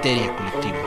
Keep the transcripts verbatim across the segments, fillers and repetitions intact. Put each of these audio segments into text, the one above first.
Histeria Colectiva.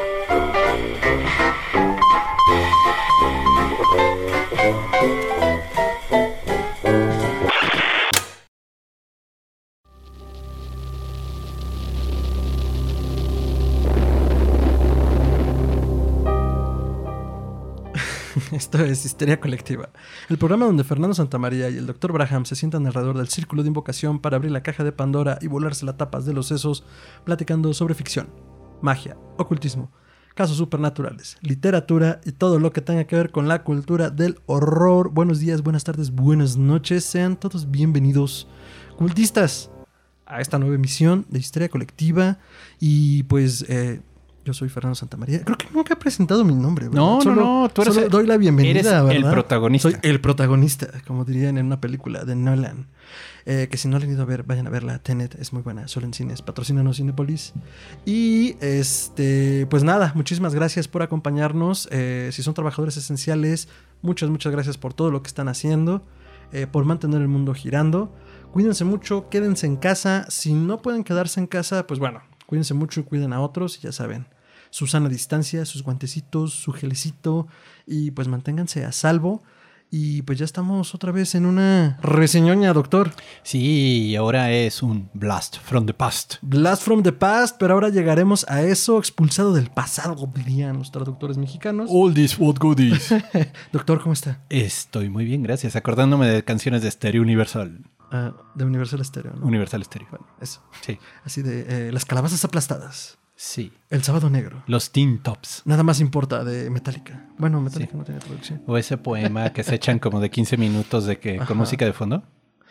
Esto es Histeria Colectiva, el programa donde Fernando Santamaría y el doctor Braham se sientan alrededor del círculo de invocación para abrir la caja de Pandora y volarse las tapas de los sesos, platicando sobre ficción, magia, ocultismo, casos supernaturales, literatura y todo lo que tenga que ver con la cultura del horror. Buenos días, buenas tardes, buenas noches, sean todos bienvenidos, cultistas, a esta nueva emisión de Histeria Colectiva. Y pues... Eh, Yo soy Fernando Santamaría. Creo que nunca he presentado mi nombre, ¿verdad? No, solo, no, no. Tú eres solo el, doy la bienvenida, eres ¿verdad? el protagonista. Soy el protagonista, como dirían en una película de Nolan. Eh, que si no la han ido a ver, vayan a verla. Tenet es muy buena, solo en cines. Patrocínanos Cinépolis. Y este, pues nada, muchísimas gracias por acompañarnos. Eh, si son trabajadores esenciales, muchas, muchas gracias por todo lo que están haciendo. Eh, por mantener el mundo girando. Cuídense mucho, quédense en casa. Si no pueden quedarse en casa, pues bueno, cuídense mucho y cuiden a otros. Y ya saben, su sana distancia, sus guantecitos, su gelecito, y pues manténganse a salvo. Y pues ya estamos otra vez en una reseñoña, doctor. Sí, ahora es un Blast from the Past. Blast from the Past, pero ahora llegaremos a eso, expulsado del pasado, dirían los traductores mexicanos. All this what goodies. Doctor, ¿cómo está? Estoy muy bien, gracias. Acordándome de canciones de Stereo Universal. Uh, de Universal Stereo, ¿no? Universal Stereo. Bueno, eso. Sí. Así de eh, las calabazas aplastadas. Sí. El sábado negro. Los Teen Tops. Nada más importa de Metallica. Bueno, Metallica sí. No tiene traducción. O ese poema que se echan como de quince minutos de que con música de fondo.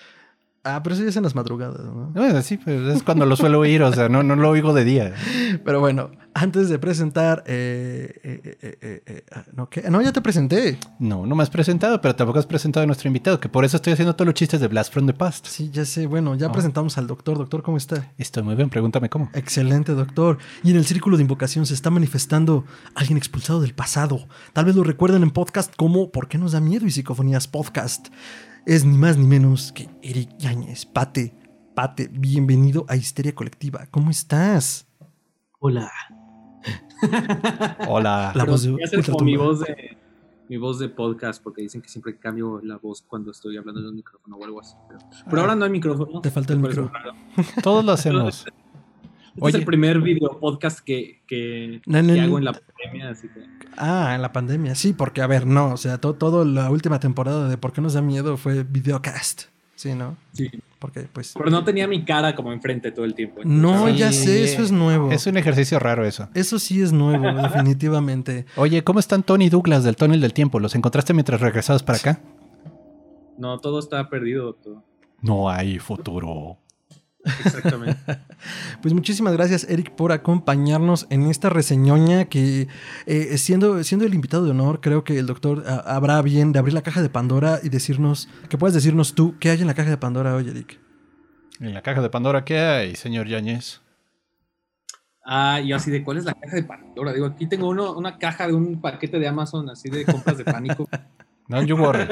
Ah, pero eso ya es en las madrugadas, ¿no? Bueno, sí, pues es cuando lo suelo oír, o sea, no, no lo oigo de día. Pero bueno, antes de presentar... Eh, eh, eh, eh, eh, no, ¿qué? No, ya te presenté. No, no me has presentado, pero tampoco has presentado a nuestro invitado, que por eso estoy haciendo todos los chistes de Blast from the Past. Sí, ya sé. Bueno, ya oh. presentamos al doctor. Doctor, ¿cómo está? Estoy muy bien, pregúntame cómo. Excelente, doctor. Y en el círculo de invocación se está manifestando alguien expulsado del pasado. Tal vez lo recuerden en podcast como ¿Por qué nos da miedo? Y Psicofonías Podcast. Es ni más ni menos que Eric Yáñez. Pate, Pate, bienvenido a Histeria Colectiva. ¿Cómo estás? Hola. Hola. La voz de, voy a hacer como mi voz de mi voz de podcast, porque dicen que siempre cambio la voz cuando estoy hablando en un micrófono o algo así. Pero, pero ahora no hay micrófono. Te falta el micrófono. Todos lo hacemos. Este Oye. Es el primer video podcast que, que, no, no, que hago en la pandemia, así que... Ah, en la pandemia, sí, porque a ver, no, o sea, todo, todo la última temporada de ¿Por qué nos da miedo? Fue videocast, ¿sí, no? Sí. Porque, pues... Pero no tenía mi cara como enfrente todo el tiempo. Entonces, no, sí, ya sé, eso es nuevo. Es un ejercicio raro eso. Eso sí es nuevo, definitivamente. Oye, ¿cómo están Tony y Douglas del Túnel del Tiempo? ¿Los encontraste mientras regresabas para acá? No, todo está perdido. Todo. No hay futuro. Exactamente. Pues muchísimas gracias, Eric, por acompañarnos en esta reseñoña que eh, siendo, siendo el invitado de honor, creo que el doctor uh, habrá bien de abrir la caja de Pandora y decirnos, que puedas decirnos tú qué hay en la caja de Pandora hoy, Eric. En la caja de Pandora, ¿qué hay, señor Yáñez? Ah, y así de ¿cuál es la caja de Pandora? Digo, aquí tengo uno, una caja de un paquete de Amazon así de compras de pánico. No, you worry.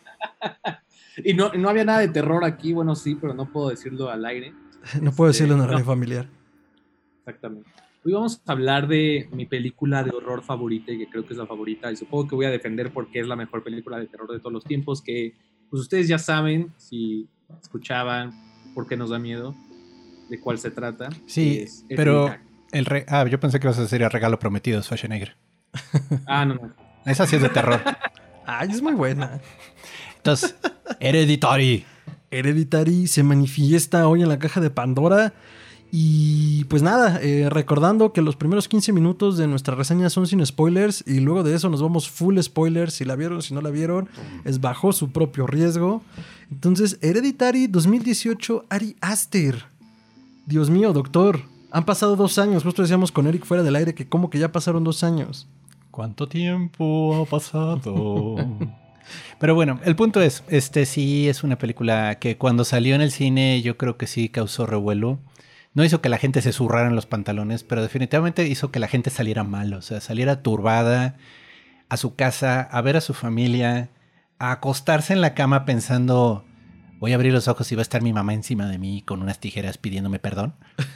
Y no, no había nada de terror aquí, bueno, sí, pero no puedo decirlo al aire. No puedo este, decirlo en una radio no. familiar. Exactamente. Hoy vamos a hablar de mi película de horror favorita, y que creo que es la favorita, y supongo que voy a defender porque es la mejor película de terror de todos los tiempos, que pues ustedes ya saben, si escuchaban Por qué nos da miedo, de cuál se trata. Sí, es, es pero... El re... Ah, yo pensé que ibas a decir El regalo prometido de Schwarzenegger. Ah, no, no. Esa sí es de terror. Ay, es muy buena. Entonces, Hereditary. Hereditary se manifiesta hoy en la caja de Pandora. Y pues nada, eh, recordando que los primeros quince minutos de nuestra reseña son sin spoilers. Y luego de eso nos vamos full spoilers. Si la vieron, si no la vieron, es bajo su propio riesgo. Entonces, Hereditary dos mil dieciocho, Ari Aster. Dios mío, doctor. Han pasado dos años. Justo decíamos con Eric fuera del aire que como que ya pasaron dos años. ¿Cuánto tiempo ha pasado? Pero bueno, el punto es, este sí es una película que cuando salió en el cine yo creo que sí causó revuelo. No hizo que la gente se zurrara en los pantalones, pero definitivamente hizo que la gente saliera mal, o sea, saliera turbada a su casa, a ver a su familia, a acostarse en la cama pensando, voy a abrir los ojos y va a estar mi mamá encima de mí con unas tijeras pidiéndome perdón.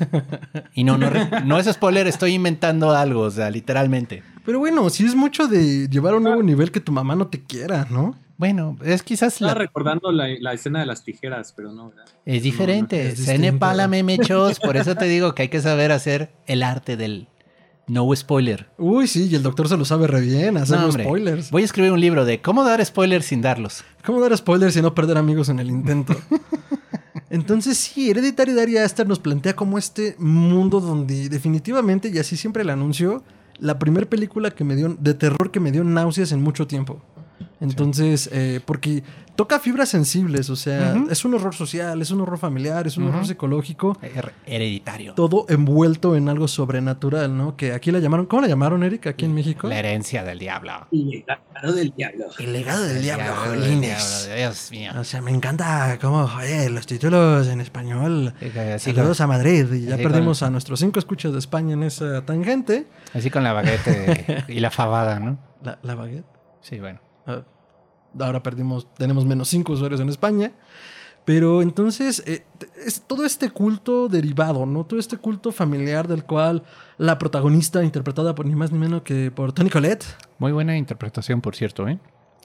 Y no, no, no es spoiler, estoy inventando algo, o sea, literalmente. Pero bueno, sí es mucho de llevar a un nuevo nivel que tu mamá no te quiera, ¿no? Bueno, es quizás... Estaba la... recordando la, la escena de las tijeras, pero no, ¿verdad? Es diferente. No, no, es Se distinto. nepálame mechos, por eso te digo que hay que saber hacer el arte del no spoiler. Uy, sí, y el doctor se lo sabe re bien, hacer No, los hombre. spoilers. Voy a escribir un libro de cómo dar spoilers sin darlos. ¿Cómo dar spoilers y no perder amigos en el intento? Entonces sí, Hereditary de Ari Aster nos plantea como este mundo donde definitivamente, y así siempre le anuncio, la primera película que me dio de terror que me dio náuseas en mucho tiempo. Entonces, sí. eh, porque toca fibras sensibles, o sea, uh-huh. es un horror social, es un horror familiar, es un uh-huh. horror psicológico. Her- hereditario. Todo envuelto en algo sobrenatural, ¿no? Que aquí la llamaron, ¿cómo la llamaron, Eric, aquí en México? La herencia del diablo. El legado del diablo. El legado del El diablo, diablo, del jolines. diablo, Dios mío. O sea, me encanta cómo, oye, los títulos en español. Así Saludos con, a Madrid. Y ya perdimos con, a nuestros cinco escuchas de España en esa tangente. Así con la baguette de, y la fabada, ¿no? ¿La, la baguette? Sí, bueno. Uh, ahora perdimos, tenemos menos cinco usuarios en España. Pero entonces, eh, es todo este culto derivado, ¿no? Todo este culto familiar del cual la protagonista, interpretada por ni más ni menos que por Toni Collette. Muy buena interpretación, por cierto, ¿eh?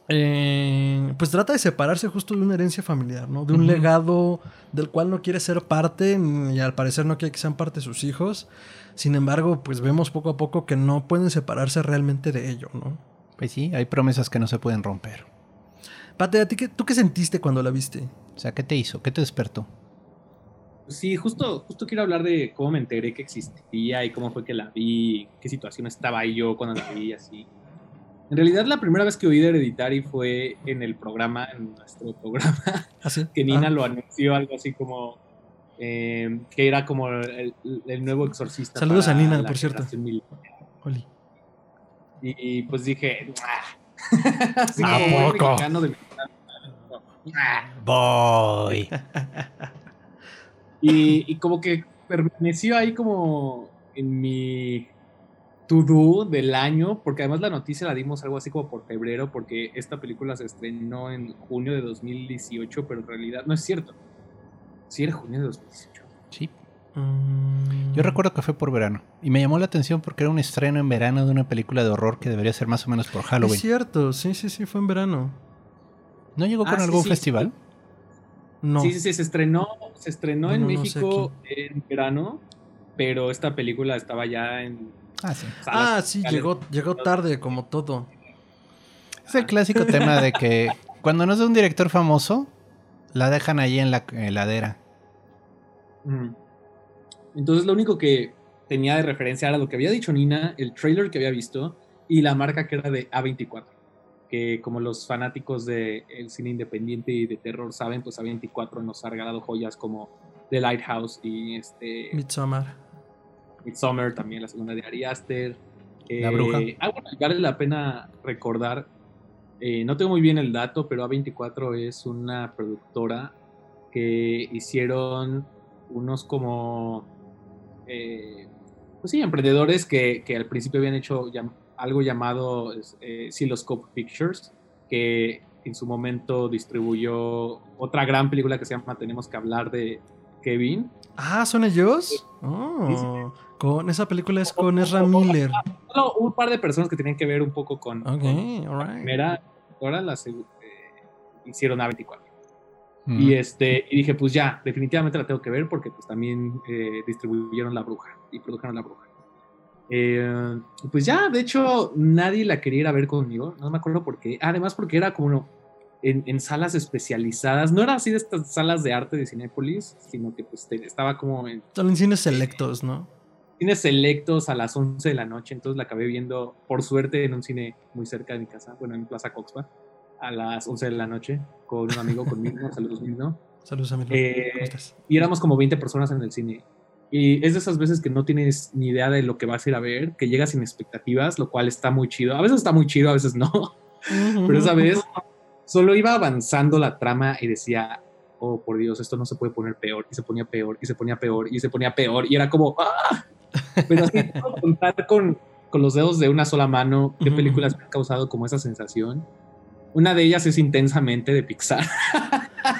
Eh, pues trata de separarse justo de una herencia familiar, ¿no? De un uh-huh. legado del cual no quiere ser parte y al parecer no quiere que sean parte sus hijos. Sin embargo, pues vemos poco a poco que no pueden separarse realmente de ello, ¿no? Pues sí, hay promesas que no se pueden romper. Pate, ¿a ti qué, ¿tú qué sentiste cuando la viste? O sea, ¿qué te hizo? ¿Qué te despertó? Sí, justo, justo quiero hablar de cómo me enteré que existía y cómo fue que la vi, qué situación estaba ahí yo cuando la vi, así. En realidad, la primera vez que oí de Hereditary fue en el programa, en nuestro programa, ¿Ah, sí? que Nina ah. lo anunció, algo así como eh, que era como el, el nuevo exorcista. Saludos a Nina, por cierto. Oli. Y, y pues dije, así ¿a como poco? Mexicano de Voy. Y, y como que permaneció ahí como en mi to-do del año, porque además la noticia la dimos algo así como por febrero, porque esta película se estrenó en junio de dos mil dieciocho, pero en realidad no es cierto. Sí, era junio de dos mil dieciocho. Sí. Mm. Yo recuerdo que fue por verano. Y me llamó la atención porque era un estreno en verano de una película de horror que debería ser más o menos por Halloween. Es cierto, sí, sí, sí, fue en verano. ¿No llegó con ah, algún sí, festival? Sí. No. Sí, sí, sí, se estrenó, se estrenó no, en no, México no sé en verano, pero esta película estaba ya en... Ah, sí. Ah, sí, llegó, llegó tarde, como todo. Es el clásico tema de que cuando no es de un director famoso, la dejan ahí en la heladera. Entonces lo único que tenía de referencia era lo que había dicho Nina, el trailer que había visto y la marca que era de A veinticuatro. Que como los fanáticos del cine independiente y de terror saben, pues A veinticuatro nos ha regalado joyas como The Lighthouse y este... Midsommar. Midsommar, también la segunda de Ari Aster. La eh, Bruja. Ah, bueno, vale la pena recordar, eh, no tengo muy bien el dato, pero A veinticuatro es una productora que hicieron unos como... Eh, pues sí, emprendedores que, que al principio habían hecho ya, algo llamado eh, Siloscope Pictures, que en su momento distribuyó otra gran película que se llama Tenemos que hablar de Kevin. Ah, ¿son ellos? Oh, sí, sí. Con, esa película es con Ezra Miller. Solo un par de personas que tenían que ver un poco con, okay, con all right. la primera, ahora las eh, hicieron A veinticuatro. Mm. Y, este, y dije, pues ya, definitivamente la tengo que ver porque pues también eh, distribuyeron La Bruja y produjeron La Bruja. Eh, pues ya, de hecho, nadie la quería ir a ver conmigo, no me acuerdo por qué. Además porque era como en, en salas especializadas, no era así de estas salas de arte de Cinépolis, sino que pues estaba como en... Son en cines selectos, ¿no? Cines selectos a las once de la noche, entonces la acabé viendo, por suerte, en un cine muy cerca de mi casa, bueno, en Plaza Coxpa, a las once de la noche, con un amigo, conmigo, saludos Milno. Saludos amigo, eh, ¿cómo estás? Y éramos como veinte personas en el cine. Y es de esas veces que no tienes ni idea de lo que vas a ir a ver, que llegas sin expectativas, lo cual está muy chido. A veces está muy chido, a veces no. Uh-huh. Pero esa vez solo iba avanzando la trama y decía, oh, por Dios, esto no se puede poner peor. Y se ponía peor, y se ponía peor, y se ponía peor. Y era como, ¡ah! Pero así puedo contar con, con los dedos de una sola mano qué uh-huh. películas me han causado como esa sensación. Una de ellas es Intensamente, de Pixar.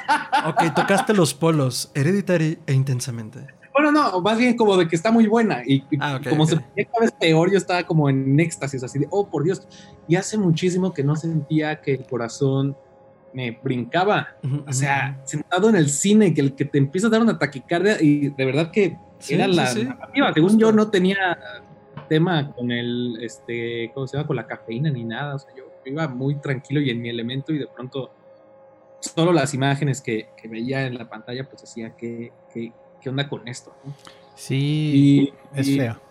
Ok, tocaste los polos, Hereditary e Intensamente. Bueno, no, más bien como de que está muy buena. Y, y Ah, okay, como okay. se ponía cada vez peor, yo estaba como en éxtasis, así de, oh, por Dios. Y hace muchísimo que no sentía que el corazón me brincaba. Uh-huh, O sea, uh-huh. sentado en el cine, que el que te empieza a dar una taquicardia, y de verdad que Sí, era sí, la sí. narrativa. Según Justo. yo, no tenía tema con el, este, ¿cómo se llama? Con la cafeína ni nada. O sea, yo, yo iba muy tranquilo y en mi elemento, y de pronto solo las imágenes que, que veía en la pantalla, pues decía que, que ¿qué onda con esto? ¿No? Sí, Y, es y feo.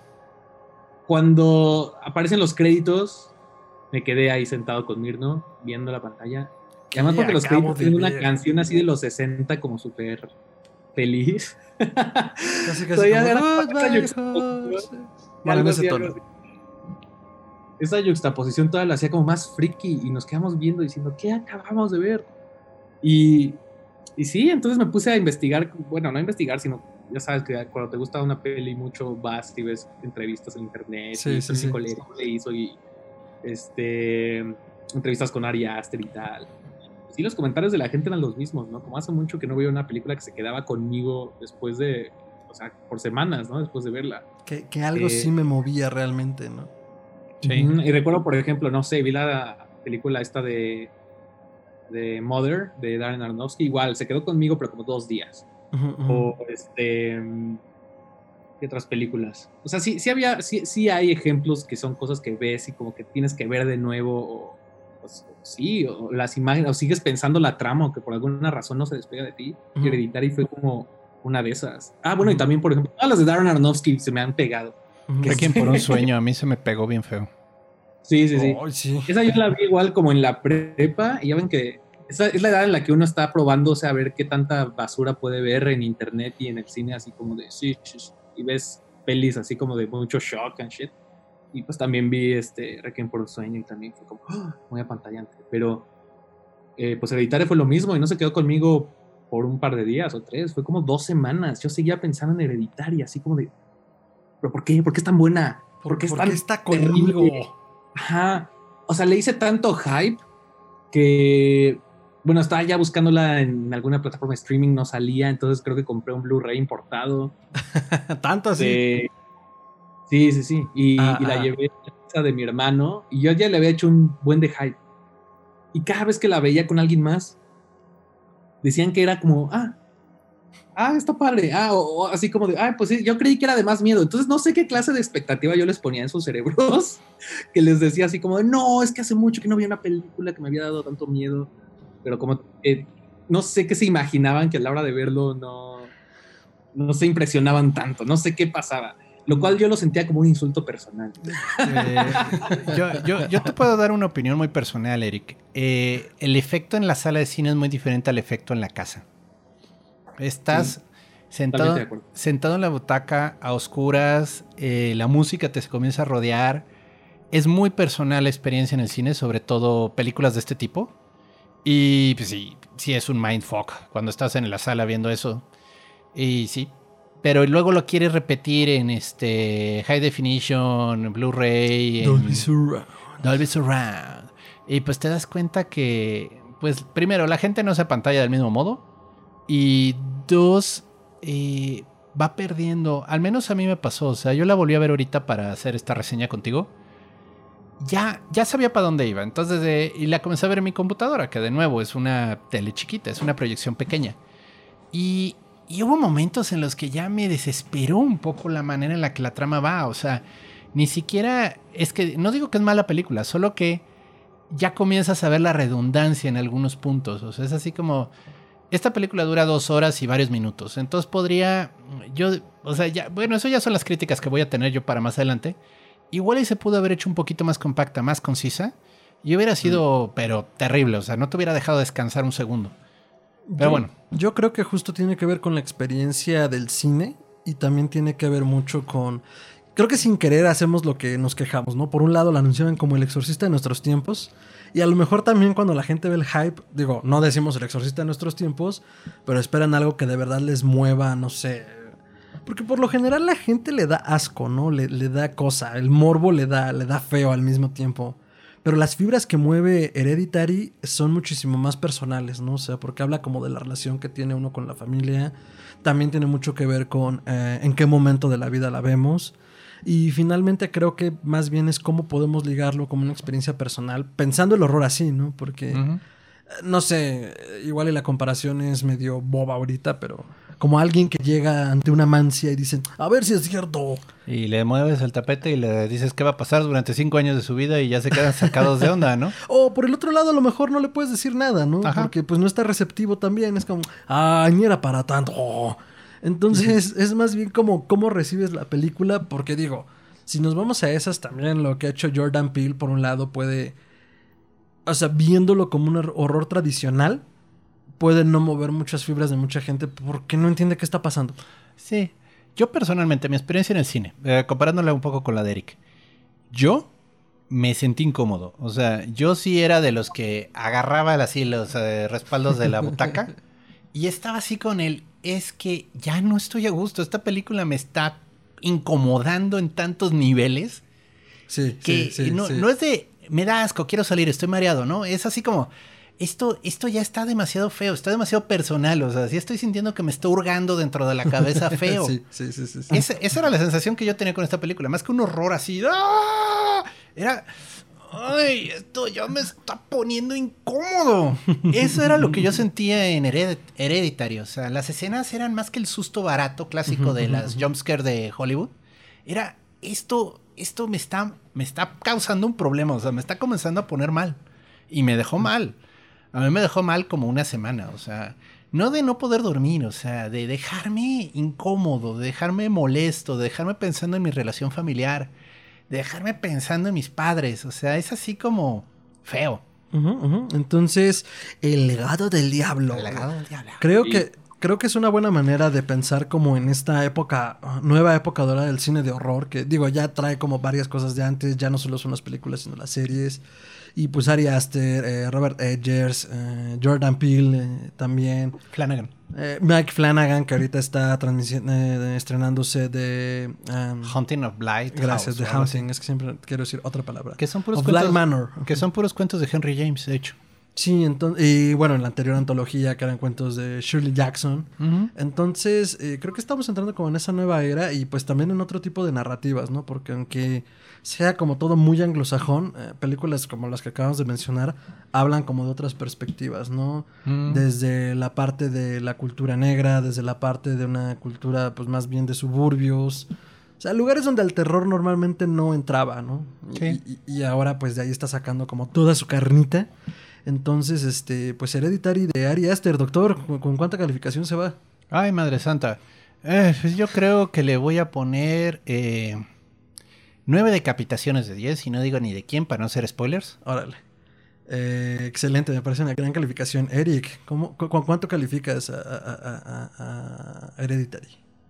cuando aparecen los créditos, me quedé ahí sentado con Mirno, viendo la pantalla. Y además porque los créditos tienen una canción así de los sesenta como súper feliz. Casi, casi So, ya como era Goodbye, esa Jose. y Bueno, en algo ese así, tono. algo así. Esa juxtaposición toda la hacía como más freaky y nos quedamos viendo diciendo, ¿qué acabamos de ver? Y, y sí, entonces me puse a investigar, bueno, no a investigar, sino, ya sabes que cuando te gusta una peli mucho vas y ves entrevistas en internet, Sí, y sí, sí. Nicolás le hizo y este, entrevistas con Ari Aster y tal. Sí, los comentarios de la gente eran los mismos, ¿no? Como hace mucho que no veo una película que se quedaba conmigo después de, o sea, por semanas, ¿no? Después de verla. Que, que algo Eh, sí me movía realmente, ¿no? Sí. Y recuerdo, por ejemplo, no sé, vi la película esta de, de Mother, de Darren Aronofsky, igual, se quedó conmigo, pero como dos días. Uh-huh, uh-huh. O, este, ¿qué otras películas? O sea, sí, sí había, sí, sí hay ejemplos que son cosas que ves y como que tienes que ver de nuevo, o, o, o sí, o las imágenes, o sigues pensando la trama, o que por alguna razón no se despega de ti. Uh-huh. Hereditary fue como una de esas. Ah, bueno, Uh-huh. y también, por ejemplo, todas las de Darren Aronofsky se me han pegado. Uh-huh. Que Requiem sí. por un sueño, a mí se me pegó bien feo. Sí, sí, sí. Oh, sí. Esa yo la vi igual como en la prepa, y ya ven que esa es la edad en la que uno está probándose a ver qué tanta basura puede ver en internet y en el cine, así como de sí, sí, sí. Y ves pelis así como de mucho shock and shit. Y pues también vi este Requiem por un sueño, y también fue como ¡oh! Muy apantallante. Pero eh, pues Hereditary fue lo mismo y no se quedó conmigo por un par de días o tres, fue como dos semanas. Yo seguía pensando en Hereditary, así como de ¿pero por qué? ¿Por qué es tan buena? ¿Por, ¿Por qué, es ¿por tan qué está conmigo? terrible? Ajá. O sea, le hice tanto hype que, bueno, estaba ya buscándola en alguna plataforma de streaming, no salía, entonces creo que compré un Blu-ray importado. ¿Tanto así? De... Sí, sí, sí. Y, ah, y la ah. llevé a la casa de mi hermano y yo ya le había hecho un buen de hype. Y cada vez que la veía con alguien más, decían que era como, ah, ah, está padre, ah, o, o así como de, ah, pues sí, yo creí que era de más miedo, entonces no sé qué clase de expectativa yo les ponía en sus cerebros, que les decía así como de, no, es que hace mucho que no había una película que me había dado tanto miedo, pero como, eh, no sé qué se imaginaban que a la hora de verlo no, no se impresionaban tanto, no sé qué pasaba, lo cual yo lo sentía como un insulto personal. Eh, yo, yo, yo te puedo dar una opinión muy personal, Eric. Eh, el efecto en la sala de cine es muy diferente al efecto en la casa. Estás sí, sentado, sentado en la butaca a oscuras, eh, la música te comienza a rodear. Es muy personal la experiencia en el cine, sobre todo películas de este tipo. Y pues sí, sí es un mindfuck cuando estás en la sala viendo eso. Y sí, pero luego lo quieres repetir en este High Definition, Blu-ray, Dolby Surround. Dolby Surround. Y pues te das cuenta que, pues primero, la gente no se apantalla del mismo modo. Y dos, eh, va perdiendo, al menos a mí me pasó, o sea, yo la volví a ver ahorita para hacer esta reseña contigo. Ya, ya sabía para dónde iba, entonces eh, y la comencé a ver en mi computadora, que de nuevo es una tele chiquita, es una proyección pequeña. Y, y hubo momentos en los que ya me desesperó un poco la manera en la que la trama va, o sea, ni siquiera, es que, no digo que es mala película, solo que ya comienzas a ver la redundancia en algunos puntos, o sea, es así como... Esta película dura dos horas y varios minutos. Entonces podría... yo, o sea, ya, bueno, eso ya son las críticas que voy a tener yo para más adelante. Igual y se pudo haber hecho un poquito más compacta, más concisa. Y hubiera sido, mm. pero terrible. O sea, no te hubiera dejado descansar un segundo. Pero yo, bueno. Yo creo que justo tiene que ver con la experiencia del cine. Y también tiene que ver mucho con... Creo que sin querer hacemos lo que nos quejamos, ¿no? Por un lado la anunciaban como el exorcista de nuestros tiempos. Y a lo mejor también cuando la gente ve el hype, digo, no decimos el exorcista de nuestros tiempos, pero esperan algo que de verdad les mueva, no sé. Porque por lo general la gente le da asco, ¿no? Le, le da cosa, el morbo le da, le da feo al mismo tiempo. Pero las fibras que mueve Hereditary son muchísimo más personales, ¿no? O sea, porque habla como de la relación que tiene uno con la familia. También tiene mucho que ver con eh, en qué momento de la vida la vemos. Y finalmente creo que más bien es cómo podemos ligarlo como una experiencia personal, pensando el horror así, ¿no? Porque, uh-huh. no sé, igual y la comparación es medio boba ahorita, pero como alguien que llega ante una mancia y dicen, a ver si es cierto. Y le mueves el tapete y le dices qué va a pasar durante cinco años de su vida y ya se quedan sacados de onda, ¿no? O por el otro lado a lo mejor no le puedes decir nada, ¿no? Ajá. Porque pues no está receptivo también, es como, ah, ni era para tanto. Oh. Entonces uh-huh. es más bien como cómo recibes la película, porque digo, si nos vamos a esas también, lo que ha hecho Jordan Peele por un lado puede, o sea, viéndolo como un horror tradicional, puede no mover muchas fibras de mucha gente porque no entiende qué está pasando. Sí, yo personalmente, mi experiencia en el cine, eh, comparándola un poco con la de Eric, yo me sentí incómodo. O sea, yo sí era de los que agarraba así los eh, respaldos de la butaca y estaba así con el, es que ya no estoy a gusto, esta película me está incomodando en tantos niveles sí, que sí, sí, no, sí. no es de, me da asco, quiero salir, estoy mareado, ¿no? Es así como... Esto, esto ya está demasiado feo, está demasiado personal, o sea, sí estoy sintiendo que me está hurgando dentro de la cabeza feo. Sí, sí, sí, sí, sí. Esa, esa era la sensación que yo tenía con esta película, más que un horror así. ¡Ah! Era, ay, esto ya me está poniendo incómodo. Eso era lo que yo sentía en Hered- Hereditary, o sea, las escenas eran más que el susto barato clásico de las jumpscare de Hollywood. Era, esto, esto me está, me está causando un problema, o sea, me está comenzando a poner mal. Y me dejó mal. A mí me dejó mal como una semana, o sea, no de no poder dormir, o sea, de dejarme incómodo, de dejarme molesto, de dejarme pensando en mi relación familiar, de dejarme pensando en mis padres, o sea, es así como feo. Uh-huh, uh-huh. Entonces, el legado del diablo. El legado del diablo. Creo sí. que creo que es una buena manera de pensar como en esta época, nueva época dorada del cine de horror, que digo, ya trae como varias cosas de antes, ya no solo son las películas, sino las series. Y pues Ari Aster, eh, Robert Eggers, eh, Jordan Peele eh, también. Flanagan. Eh, Mike Flanagan, que ahorita está transmisi- eh, estrenándose de... Um, Hunting of Blight. Gracias, House, de Hunting. Es que siempre quiero decir otra palabra. Que son puros of cuentos, Black Manor. Que son puros cuentos de Henry James, de hecho. Sí, entonces, y bueno, en la anterior antología que eran cuentos de Shirley Jackson. Uh-huh. Entonces, eh, creo que estamos entrando como en esa nueva era y pues también en otro tipo de narrativas, ¿no? Porque aunque sea como todo muy anglosajón, eh, películas como las que acabamos de mencionar hablan como de otras perspectivas, ¿no? Uh-huh. Desde la parte de la cultura negra, desde la parte de una cultura pues más bien de suburbios. O sea, lugares donde el terror normalmente no entraba, ¿no? Sí. Y, y, y ahora pues de ahí está sacando como toda su carnita. Entonces, este, pues Hereditary de Ari Aster, doctor, ¿con, ¿con cuánta calificación se va? Ay, madre santa. Eh, pues yo creo que le voy a poner eh, nueve decapitaciones de diez, y no digo ni de quién para no hacer spoilers. Órale. Eh, excelente, me parece una gran calificación. Eric, ¿cómo, cu ¿cuánto calificas a, a, a, a Hereditary?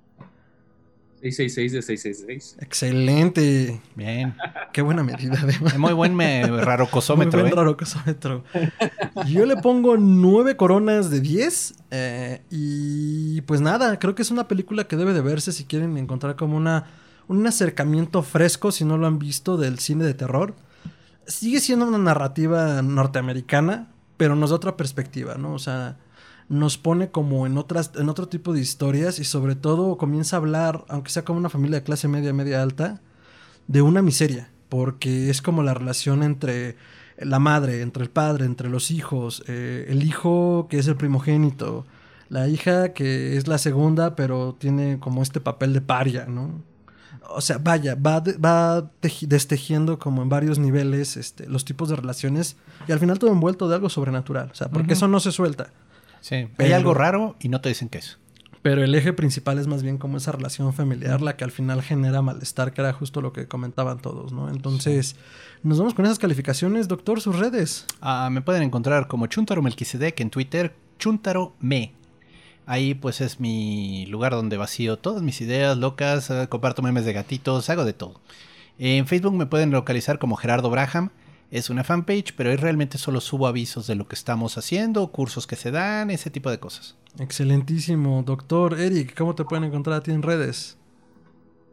seis seis seis de seis seis seis. Excelente. Bien. Qué buena medida. Además. Muy buen me, rarocosómetro. Muy buen ¿eh? rarocosómetro. Yo le pongo nueve coronas de diez. Eh, y pues nada, creo que es una película que debe de verse si quieren encontrar como una, un acercamiento fresco, si no lo han visto, del cine de terror. Sigue siendo una narrativa norteamericana, pero nos da otra perspectiva, ¿no? O sea, nos pone como en otras, en otro tipo de historias y sobre todo comienza a hablar, aunque sea como una familia de clase media, media alta, de una miseria, porque es como la relación entre la madre, entre el padre, entre los hijos, eh, el hijo que es el primogénito, la hija que es la segunda, pero tiene como este papel de paria, ¿no? O sea, vaya, va, de, va destejiendo como en varios niveles este, los tipos de relaciones y al final todo envuelto de algo sobrenatural, o sea, porque uh-huh. eso no se suelta. Sí, pero, hay algo raro y no te dicen qué es. Pero el eje principal es más bien como esa relación familiar, la que al final genera malestar, que era justo lo que comentaban todos, ¿no? Entonces, sí. Nos vamos con esas calificaciones, doctor, sus redes. Ah, me pueden encontrar como Chuntaro Melquisedec en Twitter, Chuntaro Me. Ahí pues es mi lugar donde vacío todas mis ideas locas, comparto memes de gatitos, hago de todo. En Facebook me pueden localizar como Gerardo Braham. Es una fanpage, pero ahí realmente solo subo avisos de lo que estamos haciendo, cursos que se dan, ese tipo de cosas. Excelentísimo. Doctor Eric, ¿cómo te pueden encontrar a ti en redes?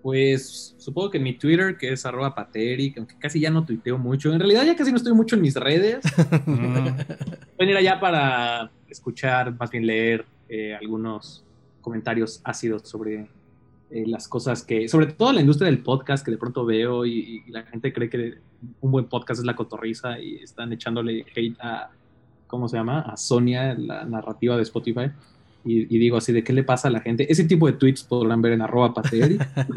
Pues supongo que mi Twitter, que es arroba pateri, aunque casi ya no tuiteo mucho. En realidad ya casi no estoy mucho en mis redes. mm. Venir allá para escuchar, más bien leer eh, algunos comentarios ácidos sobre eh, las cosas que, sobre todo la industria del podcast que de pronto veo y, y la gente cree que un buen podcast es La Cotorrisa y están echándole hate a, ¿cómo se llama? A Sonia, la narrativa de Spotify. Y, y digo así, ¿de qué le pasa a la gente? Ese tipo de tweets podrán ver en arroba pateri.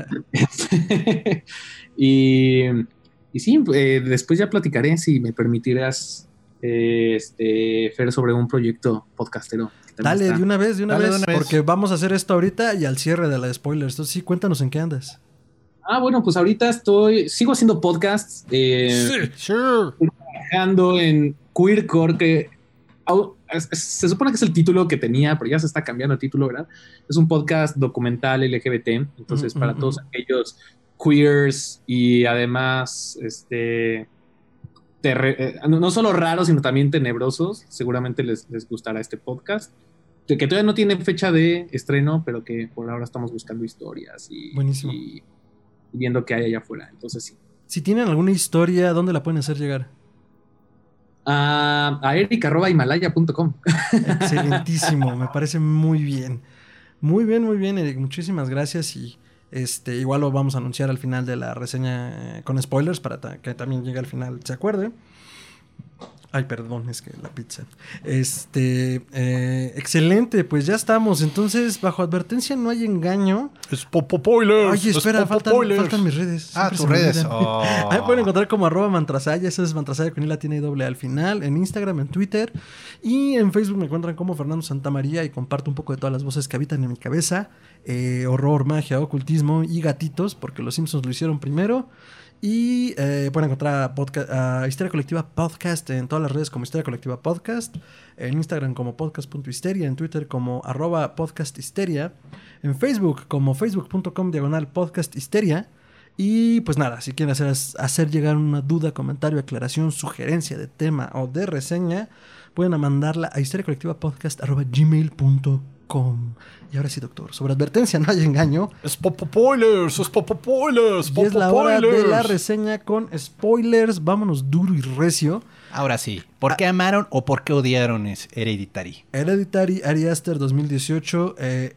y, y sí, eh, después ya platicaré, si me permitirás, eh, este, Fer, sobre un proyecto podcastero. Dale, está. de una vez, de una, Dale, vez, de una vez. porque vamos a hacer esto ahorita y al cierre de la de spoilers. Entonces sí, cuéntanos en qué andas. Ah, bueno, pues ahorita estoy, sigo haciendo podcasts, eh, Sure. trabajando en Queercore, que au- es- es- se supone que es el título que tenía, pero ya se está cambiando el título, ¿verdad? Es un podcast documental L G B T, entonces Mm, para mm, todos mm. aquellos queers y además, este, terre- eh, no no solo raros, sino también tenebrosos, seguramente les, les gustará este podcast, que, que todavía no tiene fecha de estreno, pero que por ahora estamos buscando historias y, Buenísimo. y, y viendo qué hay allá afuera, entonces sí. Si tienen alguna historia, ¿dónde la pueden hacer llegar? A, a eric arroba himalaya punto com. Excelentísimo, me parece muy bien. Muy bien, muy bien, Eric. Muchísimas gracias y este igual lo vamos a anunciar al final de la reseña eh, con spoilers para ta- que también llegue al final, ¿se acuerde? Ay, perdón, es que la pizza. Este, eh, excelente, pues ya estamos. Entonces, bajo advertencia no hay engaño. Spoilers. Oye, espera, faltan, faltan mis redes. Ah, Siempre tus se me redes. olvidan. Oh. Ahí me pueden encontrar como arroba mantrasaya. Eso es mantrasaya con I la tiene y doble A al final. En Instagram, en Twitter. Y en Facebook me encuentran como Fernando Santamaría. Y comparto un poco de todas las voces que habitan en mi cabeza. Eh, horror, magia, ocultismo y gatitos. Porque los Simpsons lo hicieron primero. Y eh, pueden encontrar a, podcast, a Histeria Colectiva Podcast en todas las redes como Histeria Colectiva Podcast, en Instagram como podcast.histeria, en Twitter como arroba podcasthisteria, en Facebook como facebook.com diagonal podcasthisteria. Y pues nada, si quieren hacer, hacer llegar una duda, comentario, aclaración, sugerencia de tema o de reseña, pueden mandarla a histeriacolectivapodcast arroba gmail punto com. Y ahora sí, doctor, sobre advertencia no hay engaño. Spoilers, spoilers, Y es la hora de la reseña con spoilers. Vámonos duro y recio. Ahora sí, ¿por qué amaron o por qué odiaron es Hereditary? Hereditary, Ari Aster, dos mil dieciocho. Eh,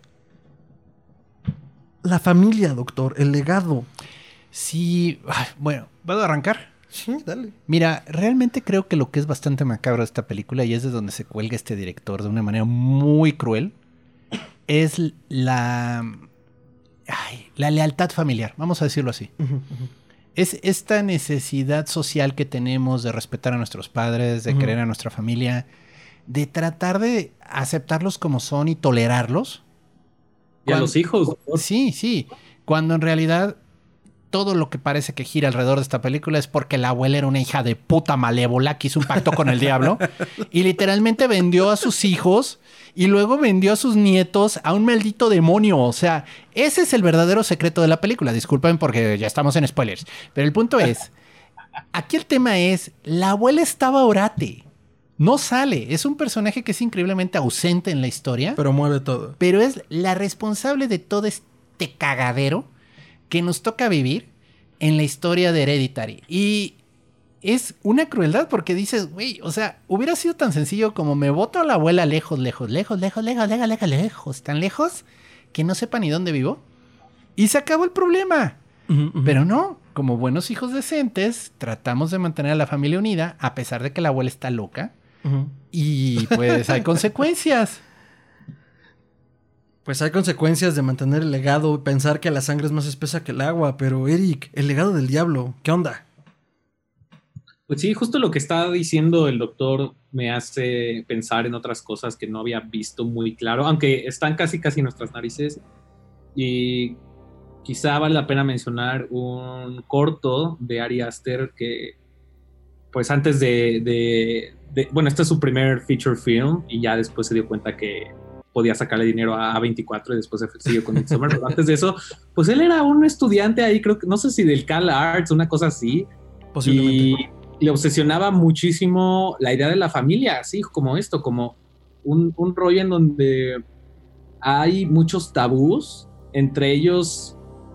la familia, doctor, el legado. Sí, ay, bueno, ¿puedo arrancar? Sí, dale. Mira, realmente creo que lo que es bastante macabro de esta película, y es de donde se cuelga este director de una manera muy cruel, es la, ay, la lealtad familiar, vamos a decirlo así. Uh-huh, uh-huh. Es esta necesidad social que tenemos de respetar a nuestros padres, de Uh-huh. querer a nuestra familia, de tratar de aceptarlos como son y tolerarlos. Y a Cuando- los hijos. ¿no? Sí, sí. Cuando en realidad todo lo que parece que gira alrededor de esta película es porque la abuela era una hija de puta malévola que hizo un pacto con el diablo y literalmente vendió a sus hijos y luego vendió a sus nietos a un maldito demonio. O sea, ese es el verdadero secreto de la película. Disculpen porque ya estamos en spoilers. Pero el punto es, aquí el tema es, la abuela estaba orate. No sale. Es un personaje que es increíblemente ausente en la historia. Pero mueve todo. Pero es la responsable de todo este cagadero que nos toca vivir en la historia de Hereditary. Y es una crueldad porque dices, güey, o sea, hubiera sido tan sencillo como me boto a la abuela lejos, lejos, lejos, lejos, lejos, lejos, lejos, lejos, tan lejos que no sepa ni dónde vivo. Y se acabó el problema. Uh-huh, uh-huh. Pero no, como buenos hijos decentes, tratamos de mantener a la familia unida a pesar de que la abuela está loca. Uh-huh. Y pues hay consecuencias. Pues hay consecuencias de mantener el legado, pensar que la sangre es más espesa que el agua, pero Eric, el legado del diablo, ¿qué onda? Pues sí, justo lo que está diciendo el doctor me hace pensar en otras cosas que no había visto muy claro, aunque están casi casi en nuestras narices. Y quizá vale la pena mencionar un corto de Ari Aster que, pues antes de, de, de... Bueno, este es su primer feature film y ya después se dio cuenta que podía sacarle dinero a A veinticuatro y después se siguió con Midsommar. Pero antes de eso, pues él era un estudiante ahí, creo que, no sé si del Cal Arts, una cosa así. Posiblemente. Y le obsesionaba muchísimo la idea de la familia, así como esto, como un, un rollo en donde hay muchos tabús, entre ellos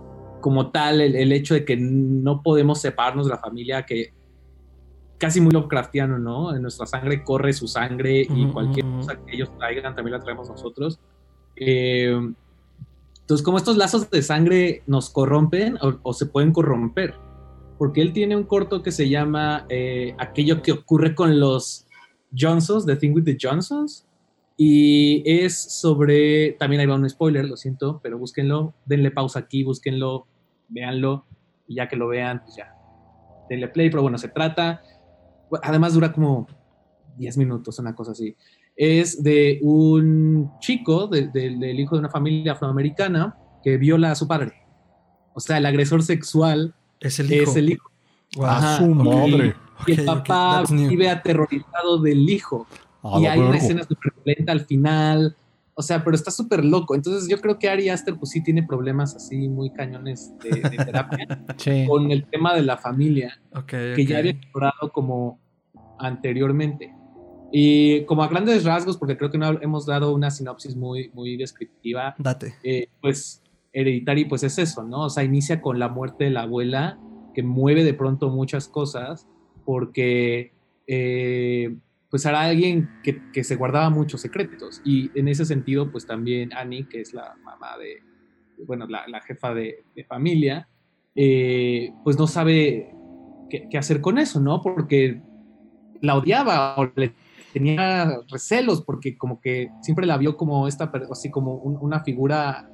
como tal el, el hecho de que no podemos separarnos de la familia, que casi muy Lovecraftiano, ¿no? En nuestra sangre corre su sangre y Uh-huh. cualquier cosa que ellos traigan también la traemos nosotros. Eh, entonces, como estos lazos de sangre nos corrompen o, o se pueden corromper, porque él tiene un corto que se llama eh, Aquello que ocurre con los Johnsons, The Thing with the Johnsons, y es sobre, también ahí va un spoiler, lo siento, pero búsquenlo, denle pausa aquí, búsquenlo, véanlo, y ya que lo vean, pues ya, denle play, pero bueno, se trata, además dura como diez minutos, una cosa así, es de un chico, de, de, del hijo de una familia afroamericana, que viola a su padre, o sea, el agresor sexual es el hijo. Es el hijo. Wow. A su madre. Y, y Okay, el papá okay, vive aterrorizado del hijo. A y la hay una verga. escena súper violenta al final. O sea, pero está súper loco. Entonces yo creo que Ari Aster pues sí tiene problemas así muy cañones de, de terapia Sí. con el tema de la familia Okay, que okay. ya había explorado como anteriormente. Y como a grandes rasgos, porque creo que no hemos dado una sinopsis muy, muy descriptiva, Date. eh, pues Hereditary pues es eso, ¿no? O sea, inicia con la muerte de la abuela, que mueve de pronto muchas cosas, porque eh, pues era alguien que, que se guardaba muchos secretos. Y en ese sentido, pues también Annie, que es la mamá de, bueno, la, la jefa de, de familia, eh, pues no sabe qué, qué hacer con eso, ¿no? Porque la odiaba o le tenía recelos, porque como que siempre la vio como esta, así como un, una figura.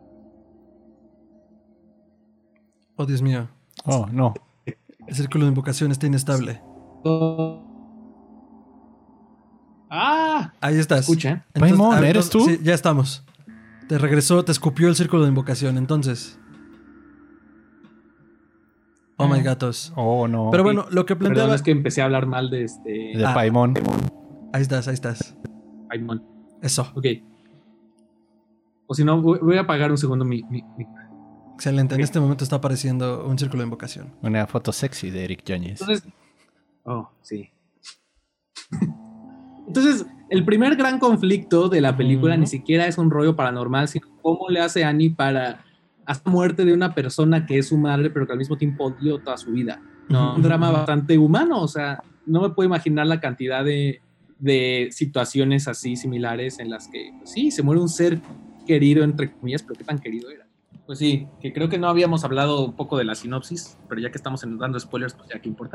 Oh, Dios mío. Oh, no. El círculo de invocación está inestable. ¡Ah! Ahí estás. Escucha. Paimon, a ver, ¿eres tú? Sí, ya estamos. Te regresó, te escupió el círculo de invocación, entonces. Oh my gatos. Oh, no. Pero bueno, lo que planteaba. Perdón, es que empecé a hablar mal de este. De Ah. Paimon. Ahí estás, ahí estás. Paimon. Eso. Ok. O si no, voy voy a apagar un segundo mi. mi, mi- Excelente. En Ok. este momento está apareciendo un círculo de invocación. Una foto sexy de Eric Yáñez. Entonces. Oh, sí. Entonces, el primer gran conflicto de la película Ujú. ni siquiera es un rollo paranormal, sino cómo le hace Annie para hacer muerte de una persona que es su madre, pero que al mismo tiempo odió toda su vida. No. Un drama bastante humano, o sea, no me puedo imaginar la cantidad de, de situaciones así similares en las que, pues sí, se muere un ser querido, entre comillas, pero qué tan querido era. Pues sí, que creo que no habíamos hablado un poco de la sinopsis, pero ya que estamos en- dando spoilers, pues ya que importa.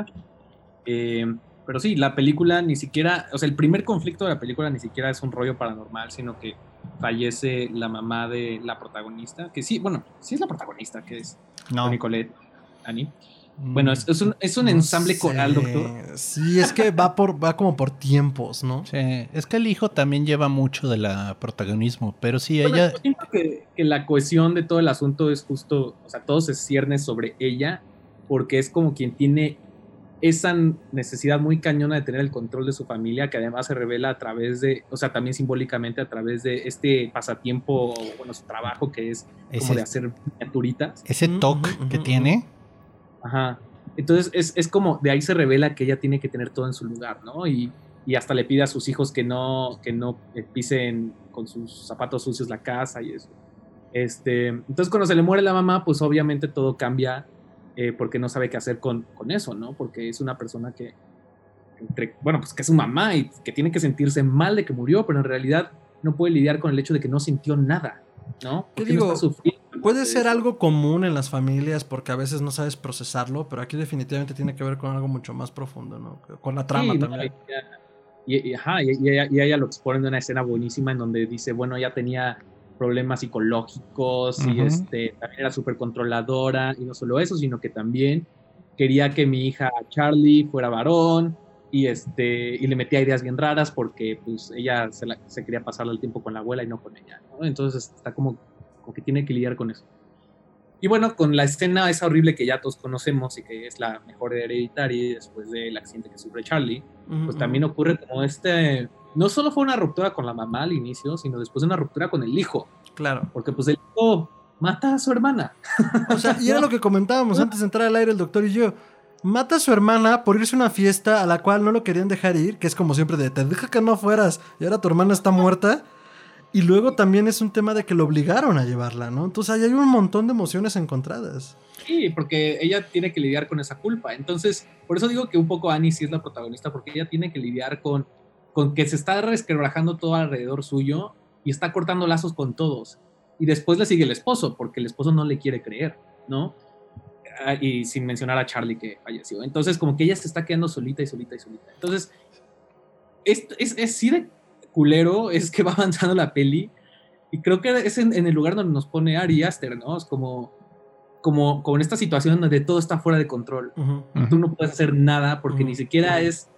Eh, pero sí, la película ni siquiera, o sea, el primer conflicto de la película ni siquiera es un rollo paranormal, sino que fallece la mamá de la protagonista, que sí, bueno, sí es la protagonista, que es No. Nicolette, Annie. Bueno, es, es un, es un No ensamble sé. coral, doctor. Sí, es que va por va como por tiempos, ¿no? Sí, es que el hijo también lleva mucho de la protagonismo, pero sí, Bueno, ella... yo siento que, que la cohesión de todo el asunto es justo, o sea, todo se cierne sobre ella, porque es como quien tiene esa necesidad muy cañona de tener el control de su familia, que además se revela a través de, o sea, también simbólicamente a través de este pasatiempo, bueno, su trabajo que es como Ese- de hacer miniaturitas. Ese Ujú, toque ujú, que ujú. tiene, Ajá. Entonces es, es como, de ahí se revela que ella tiene que tener todo en su lugar, ¿no? Y, y hasta le pide a sus hijos que no, que no eh, pisen con sus zapatos sucios la casa y eso. Este, entonces cuando se le muere la mamá, pues obviamente todo cambia eh, porque no sabe qué hacer con, con eso, ¿no? Porque es una persona que, entre, bueno, pues que es su mamá y que tiene que sentirse mal de que murió, pero en realidad no puede lidiar con el hecho de que no sintió nada, ¿no? ¿Qué Porque no digo? está sufriendo. Puede de ser eso. algo común en las familias porque a veces no sabes procesarlo, pero aquí definitivamente tiene que ver con algo mucho más profundo, ¿no? Con la trama Sí, no, también. y, y- y- ajá, y, y ella, y ella lo expone en una escena buenísima en donde dice, bueno, ella tenía problemas psicológicos y Ujú. este, también era súper controladora, y no solo eso, sino que también quería que mi hija Charlie fuera varón, y, este, y le metía ideas bien raras porque pues, ella se, la- se quería pasar el tiempo con la abuela y no con ella, ¿no? Entonces está como, como que tiene que lidiar con eso. Y bueno, con la escena esa horrible que ya todos conocemos y que es la mejor de Hereditary después del accidente que sufre Charlie, Ujú, pues ujú. también ocurre como este, no solo fue una ruptura con la mamá al inicio, sino después una ruptura con el hijo, Claro. porque pues el hijo mata a su hermana. O sea, y era lo que comentábamos antes de entrar al aire el doctor y yo. Mata a su hermana por irse a una fiesta a la cual no lo querían dejar ir, que es como siempre de te dije que no fueras y ahora tu hermana está muerta. Y luego también es un tema de que lo obligaron a llevarla, ¿no? Entonces ahí hay un montón de emociones encontradas. Sí, porque ella tiene que lidiar con esa culpa. Entonces, por eso digo que un poco Annie sí es la protagonista, porque ella tiene que lidiar con, con que se está resquebrajando todo alrededor suyo y está cortando lazos con todos. Y después le sigue el esposo, porque el esposo no le quiere creer, ¿no? Y sin mencionar a Charlie que falleció. Entonces, como que ella se está quedando solita y solita y solita. Entonces, es, es, es sí de culero, es que va avanzando la peli. Y creo que es en, en el lugar donde nos pone Ari Aster, ¿no? Es como... Como, como en esta situación donde todo está fuera de control. Uh-huh. Tú no puedes hacer nada porque uh-huh. ni siquiera es...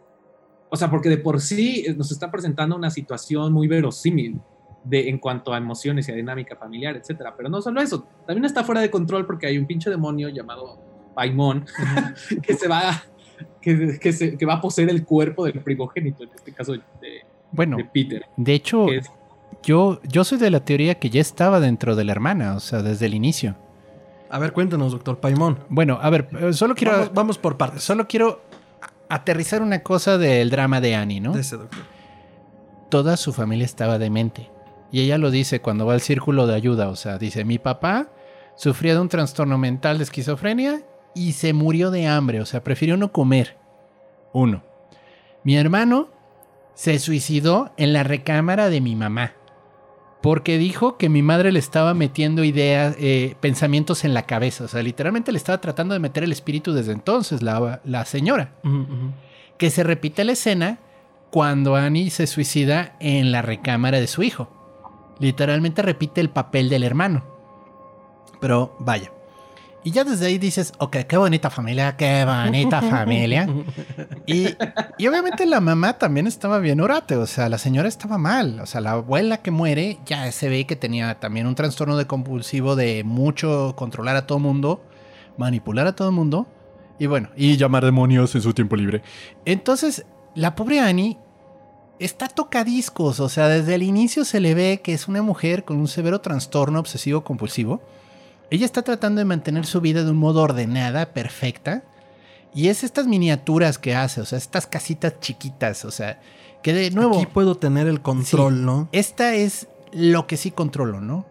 O sea, porque de por sí nos está presentando una situación muy verosímil de, en cuanto a emociones y a dinámica familiar, etcétera. Pero no solo eso, también está fuera de control porque hay un pinche demonio llamado Paimon uh-huh. que se va... Que, que, se, que va a poseer el cuerpo del primogénito, en este caso de, bueno, de Peter. De hecho, es, yo, yo soy de la teoría que ya estaba dentro de la hermana, o sea, desde el inicio. A ver, cuéntanos, doctor Paimon. Bueno, a ver, solo quiero... Vamos, vamos por partes. Solo quiero aterrizar una cosa del drama de Annie, ¿no? De ese doctor. Toda su familia estaba demente. Y ella lo dice cuando va al círculo de ayuda. O sea, dice, mi papá sufría de un trastorno mental de esquizofrenia y se murió de hambre. O sea, prefirió no comer. Uno. Mi hermano se suicidó en la recámara de mi mamá. Porque dijo que mi madre le estaba metiendo ideas, eh, pensamientos en la cabeza. O sea, literalmente le estaba tratando de meter el espíritu desde entonces, la, la señora. Uh-huh, uh-huh. Que se repite la escena cuando Annie se suicida en la recámara de su hijo. Literalmente repite el papel del hermano. Pero vaya. Y ya desde ahí dices, ok, qué bonita familia, qué bonita familia. Y, y obviamente la mamá también estaba bien orate, o sea, la señora estaba mal. O sea, la abuela que muere ya se ve que tenía también un trastorno de compulsivo de mucho controlar a todo mundo, manipular a todo mundo y bueno, y llamar demonios en su tiempo libre. Entonces, la pobre Annie está tocadiscos, o sea, desde el inicio se le ve que es una mujer con un severo trastorno obsesivo compulsivo. Ella está tratando de mantener su vida de un modo ordenada, perfecta. Y es estas miniaturas que hace, o sea, estas casitas chiquitas, o sea, que de nuevo... Aquí puedo tener el control, sí, ¿no? Esta es lo que sí controlo, ¿no?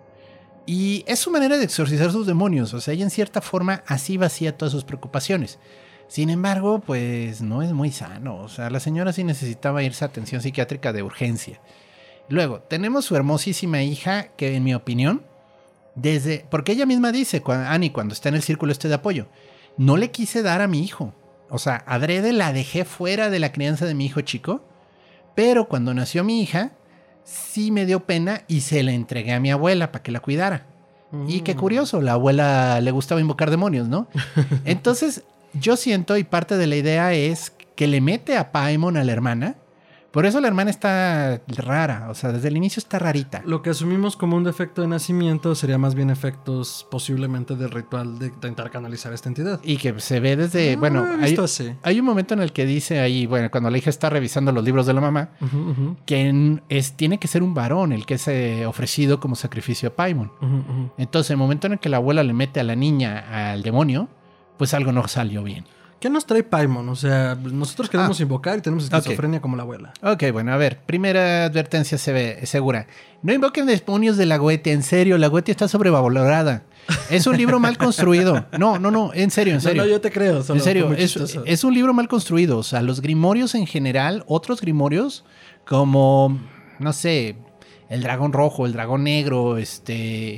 Y es su manera de exorcizar sus demonios, o sea, ella en cierta forma así vacía todas sus preocupaciones. Sin embargo, pues no es muy sano, o sea, la señora sí necesitaba irse a atención psiquiátrica de urgencia. Luego, tenemos su hermosísima hija, que en mi opinión... Desde, porque ella misma dice, cuando, Annie, cuando está en el círculo este de apoyo, no le quise dar a mi hijo. O sea, adrede la dejé fuera de la crianza de mi hijo chico, pero cuando nació mi hija, sí me dio pena y se la entregué a mi abuela para que la cuidara. Mm. Y qué curioso, la abuela le gustaba invocar demonios, ¿no? Entonces, yo siento, y parte de la idea es que le mete a Paimon a la hermana. Por eso la hermana está rara, o sea, desde el inicio está rarita. Lo que asumimos como un defecto de nacimiento sería más bien efectos posiblemente del ritual de intentar canalizar esta entidad. Y que se ve desde, ah, bueno, hay, hay un momento en el que dice ahí, bueno, cuando la hija está revisando los libros de la mamá, uh-huh, uh-huh. que es, tiene que ser un varón el que es eh, ofrecido como sacrificio a Paimon. Uh-huh, uh-huh. Entonces, el momento en el que la abuela le mete a la niña al demonio, pues algo no salió bien. ¿Qué nos trae Paimon? O sea, nosotros queremos ah, invocar y tenemos esquizofrenia okay. como la abuela. Ok, bueno, a ver. Primera advertencia se ve, segura. No invoquen demonios de la Goetia. En serio, la Goetia está sobrevalorada. Es un libro mal construido. No, no, no. En serio, en serio. No, no yo te creo. En serio, es, es un libro mal construido. O sea, los grimorios en general, otros grimorios, como, no sé, el dragón rojo, el dragón negro, este,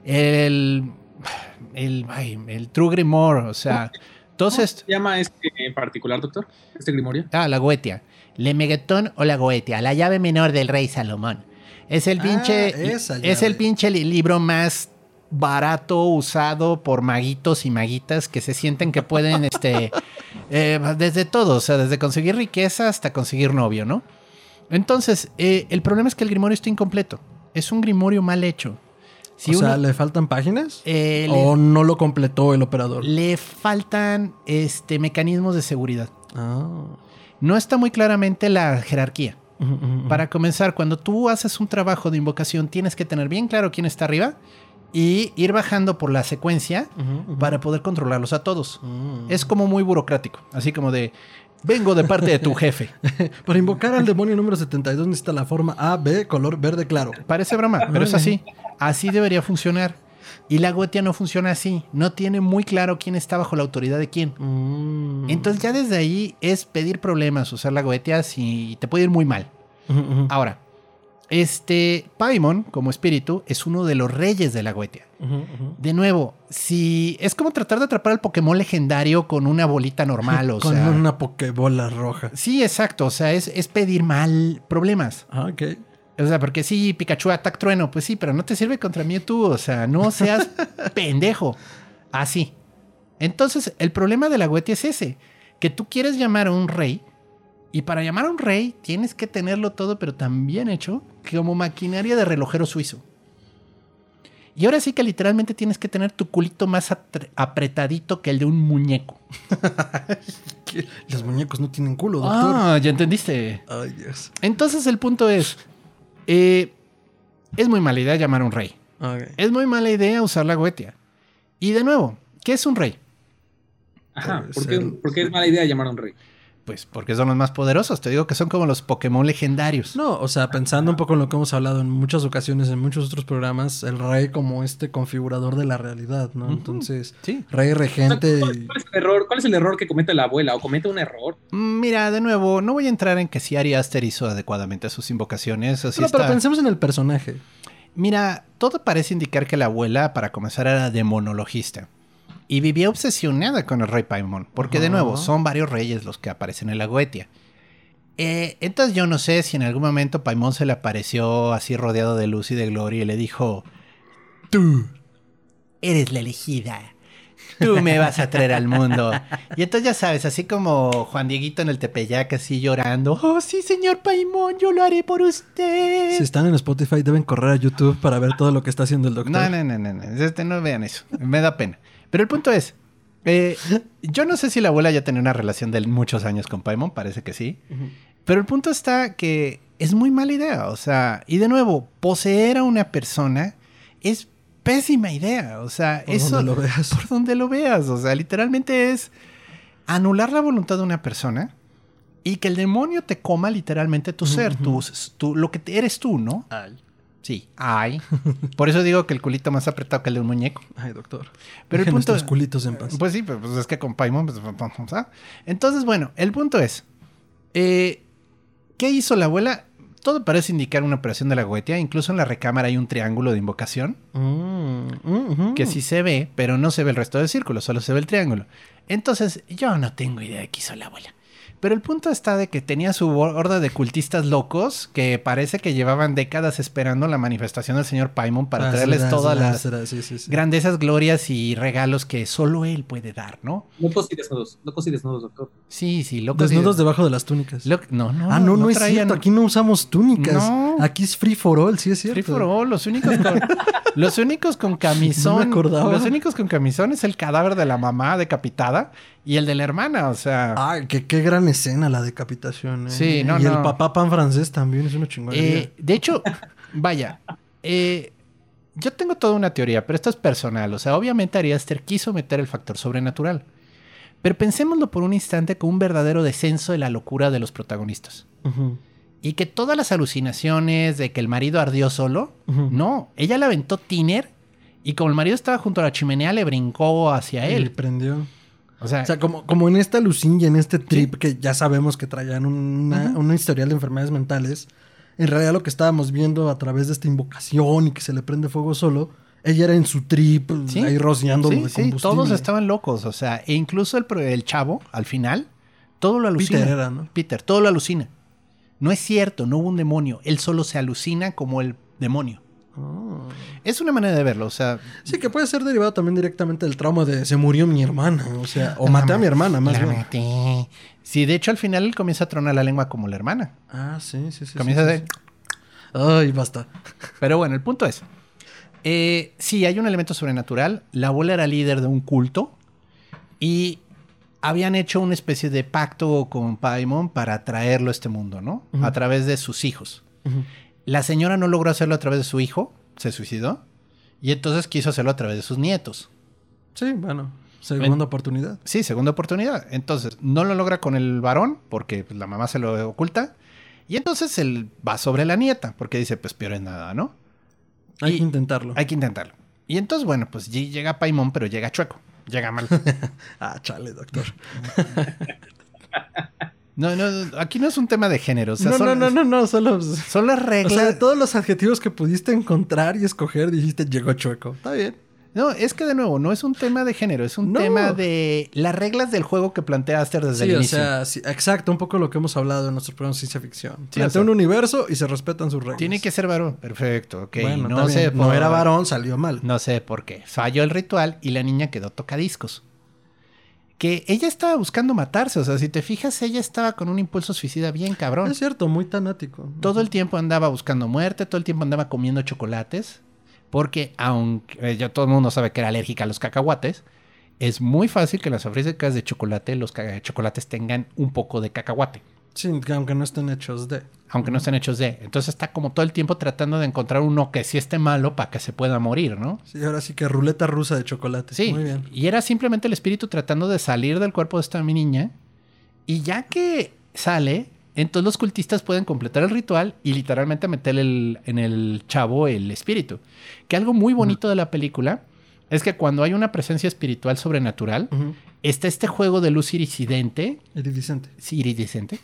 el, el, ay, el True Grimoire, o sea... Entonces, ¿cómo se llama este en particular, doctor? ¿Este grimorio? Ah, la Goetia. Le Meguetón o la Goetia, la llave menor del rey Salomón. Es el pinche, ah, es el pinche libro más barato usado por maguitos y maguitas que se sienten que pueden, este, eh, desde todo, o sea, desde conseguir riqueza hasta conseguir novio, ¿no? Entonces, eh, el problema es que el grimorio está incompleto. Es un grimorio mal hecho. Si o uno, sea, ¿le faltan páginas? Eh, ¿O le, no lo completó el operador? Le faltan este, mecanismos de seguridad. Ah. No está muy claramente la jerarquía. Uh-huh, uh-huh. Para comenzar, cuando tú haces un trabajo de invocación, tienes que tener bien claro quién está arriba y ir bajando por la secuencia Uh-huh, uh-huh. para poder controlarlos a todos. Uh-huh. Es como muy burocrático, así como de, vengo de parte de tu jefe. Para invocar al demonio número setenta y dos necesita la forma A B, color verde claro. Parece broma, pero es así. Así debería funcionar. Y la Goetia no funciona así. No tiene muy claro quién está bajo la autoridad de quién. Uh-huh. Entonces ya desde ahí es pedir problemas, usar la Goetia si te puede ir muy mal. Uh-huh, uh-huh. Ahora, este Paimon, como espíritu, es uno de los reyes de la Goetia. Uh-huh, uh-huh. De nuevo, si es como tratar de atrapar al Pokémon legendario con una bolita normal, o Con sea... una pokebola roja. Sí, exacto. O sea, es, es pedir mal problemas. Ah, ok. O sea, porque sí, Pikachu ataque trueno, pues sí, pero no te sirve contra Mewtwo. O sea, no seas pendejo. Así. Entonces, el problema de la Goetia es ese. Que tú quieres llamar a un rey. Y para llamar a un rey tienes que tenerlo todo, pero tan bien hecho como maquinaria de relojero suizo. Y ahora sí que literalmente tienes que tener tu culito más atre- apretadito que el de un muñeco. ¿Qué? Los muñecos no tienen culo, doctor. Ah, ya entendiste. Ay, Dios. Entonces el punto es, eh, es muy mala idea llamar a un rey. Okay. Es muy mala idea usar la Goetia. Y de nuevo, ¿qué es un rey? Ajá, Puede ¿por qué, ser. por qué es mala idea llamar a un rey? Pues porque son los más poderosos. Te digo que son como los Pokémon legendarios. No, o sea, pensando un poco en lo que hemos hablado en muchas ocasiones, en muchos otros programas, el rey como este configurador de la realidad, ¿no? Ujú. Entonces, Sí. rey regente. ¿Cuál, y- cuál es el error? ¿Cuál es el error que comete la abuela? ¿O comete un error? Mira, de nuevo, no voy a entrar en que si Ari Aster hizo adecuadamente sus invocaciones. Así No, pero está. pensemos en el personaje. Mira, todo parece indicar que la abuela, para comenzar, era demonologista. Y vivía obsesionada con el rey Paimon. Porque, de Ajá. nuevo, son varios reyes los que aparecen en la Goetia. Eh, entonces yo no sé si en algún momento Paimon se le apareció así rodeado de luz y de gloria y le dijo: tú eres la elegida. Tú me vas a traer al mundo. Y entonces ya sabes, así como Juan Dieguito en el Tepeyac, así llorando. Oh, sí, señor Paimon, yo lo haré por usted. Si están en Spotify, deben correr a YouTube para ver todo lo que está haciendo el doctor. No, no, no, no, no. Este, no vean eso. Me da pena. Pero el punto es, eh, yo no sé si la abuela ya tenía una relación de muchos años con Paimon, parece que sí. Ujú. Pero el punto está que es muy mala idea. O sea, y de nuevo, poseer a una persona es pésima idea. O sea, Por eso... donde lo veas. Por donde lo veas. O sea, literalmente es anular la voluntad de una persona y que el demonio te coma literalmente tu ser, Ujú. tu, tu- lo que te- eres tú, ¿no? Ay, Sí. Ay. Por eso digo que el culito más apretado que el de un muñeco. ay, doctor. Pero el Dejen punto... nuestros culitos en paz. Pues sí, pues es que con Paimon... Pues, vamos a- Entonces, bueno, el punto es... eh, ¿qué hizo la abuela? Todo parece indicar una operación de la Goetia. Incluso en la recámara hay un triángulo de invocación. Mm, mm, ujú. Que sí se ve, pero no se ve el resto del círculo. Solo se ve el triángulo. Entonces, yo no tengo idea de qué hizo la abuela. Pero el punto está de que tenía su horda de cultistas locos que parece que llevaban décadas esperando la manifestación del señor Paimon para Ah, traerles será, todas será, las será, sí, sí, sí. grandezas, glorias y regalos que solo él puede dar, ¿no? Locos y desnudos. Locos y desnudos, doctor. Sí, sí, locos. Desnudos y- debajo de las túnicas. Lo- no, no, ah, no, no, es traían- cierto. Aquí no usamos túnicas. No. Aquí es free for all, sí es cierto. Free for all, los únicos con, los únicos con camisón. No me acordaba. Los únicos con camisón es el cadáver de la mamá decapitada y el de la hermana, o sea. Ay, qué, qué gran escena la decapitación. ¿eh? Sí, no, y no. el papá pan francés también es una chingonería. Eh, de hecho, vaya, eh, yo tengo toda una teoría, pero esto es personal. O sea, obviamente Ari Aster quiso meter el factor sobrenatural. Pero pensémoslo por un instante como un verdadero descenso de la locura de los protagonistas. Ujú, Y que todas las alucinaciones de que el marido ardió solo, ujú. no, ella le aventó tiner y como el marido estaba junto a la chimenea, le brincó hacia Y él. prendió. O sea, O sea, como, como en esta alucin y en este trip que ya sabemos que traían una, Ujú. una historial de enfermedades mentales, en realidad lo que estábamos viendo a través de esta invocación y que se le prende fuego solo, ella era en su trip, Sí. ahí rociándolo sí, de sí, combustible. todos estaban locos. O sea, e incluso el, pro- el chavo, al final, todo lo alucina. Peter era, ¿no? Peter, todo lo alucina. No es cierto, no hubo un demonio. Él solo se alucina como el demonio. Ah. Es una manera de verlo, o sea... Sí, que puede ser derivado también directamente del trauma de se murió mi hermana, o sea, o maté a mi hermana, más la bien. maté. Sí, de hecho al final él comienza a tronar la lengua como la hermana. Ah, sí, sí, sí. Comienza sí, de... sí. Ay, basta. Pero bueno, el punto es... Eh, sí, hay un elemento sobrenatural. La abuela era líder de un culto y habían hecho una especie de pacto con Paimon para traerlo a este mundo, ¿no? Ujú. A través de sus hijos. Ujú. La señora no logró hacerlo a través de su hijo, se suicidó. Y entonces quiso hacerlo a través de sus nietos. Sí, bueno, segunda en, oportunidad. Sí, segunda oportunidad. Entonces, no lo logra con el varón porque pues, la mamá se lo oculta. Y entonces él va sobre la nieta porque dice, pues peor es nada, ¿no? Hay y que intentarlo. Hay que intentarlo. Y entonces, bueno, pues llega Paimon, pero llega chueco. Llega mal. Ah, chale, doctor. No, no, aquí no es un tema de género. O sea, no, son, no, no, no, no, solo... Son las reglas. O sea, de todos los adjetivos que pudiste encontrar y escoger, dijiste llegó chueco. Está bien. No, es que de nuevo, no es un tema de género, es un no. tema de las reglas del juego que plantea Aster desde sí, el inicio. Sí, o sea, sí, exacto, un poco lo que hemos hablado en nuestros programas de ciencia ficción. Sí, plantea o sea, un universo y se respetan sus reglas. Tiene que ser varón, perfecto, ok. Bueno, no sé por... no era varón, salió mal. No sé por qué. Falló el ritual y la niña quedó tocadiscos. Que ella estaba buscando matarse, o sea, si te fijas, ella estaba con un impulso suicida bien cabrón. Es cierto, muy tanático. Todo el tiempo andaba buscando muerte, todo el tiempo andaba comiendo chocolates. Porque aunque ya todo el mundo sabe que era alérgica a los cacahuates, es muy fácil que en las fábricas de chocolate los chocolates tengan un poco de cacahuate. Sí, aunque no estén hechos de. Aunque no estén hechos de. Entonces está como todo el tiempo tratando de encontrar uno que sí esté malo para que se pueda morir, ¿no? Sí, ahora sí que ruleta rusa de chocolate. Sí, muy bien. Y era simplemente el espíritu tratando de salir del cuerpo de esta mi niña. Y ya que sale... Entonces los cultistas pueden completar el ritual y literalmente meter el, en el chavo el espíritu. Que algo muy bonito uh-huh. de la película es que cuando hay una presencia espiritual sobrenatural, uh-huh. está este juego de luz iridiscente. Iridiscente. Sí, iridiscente.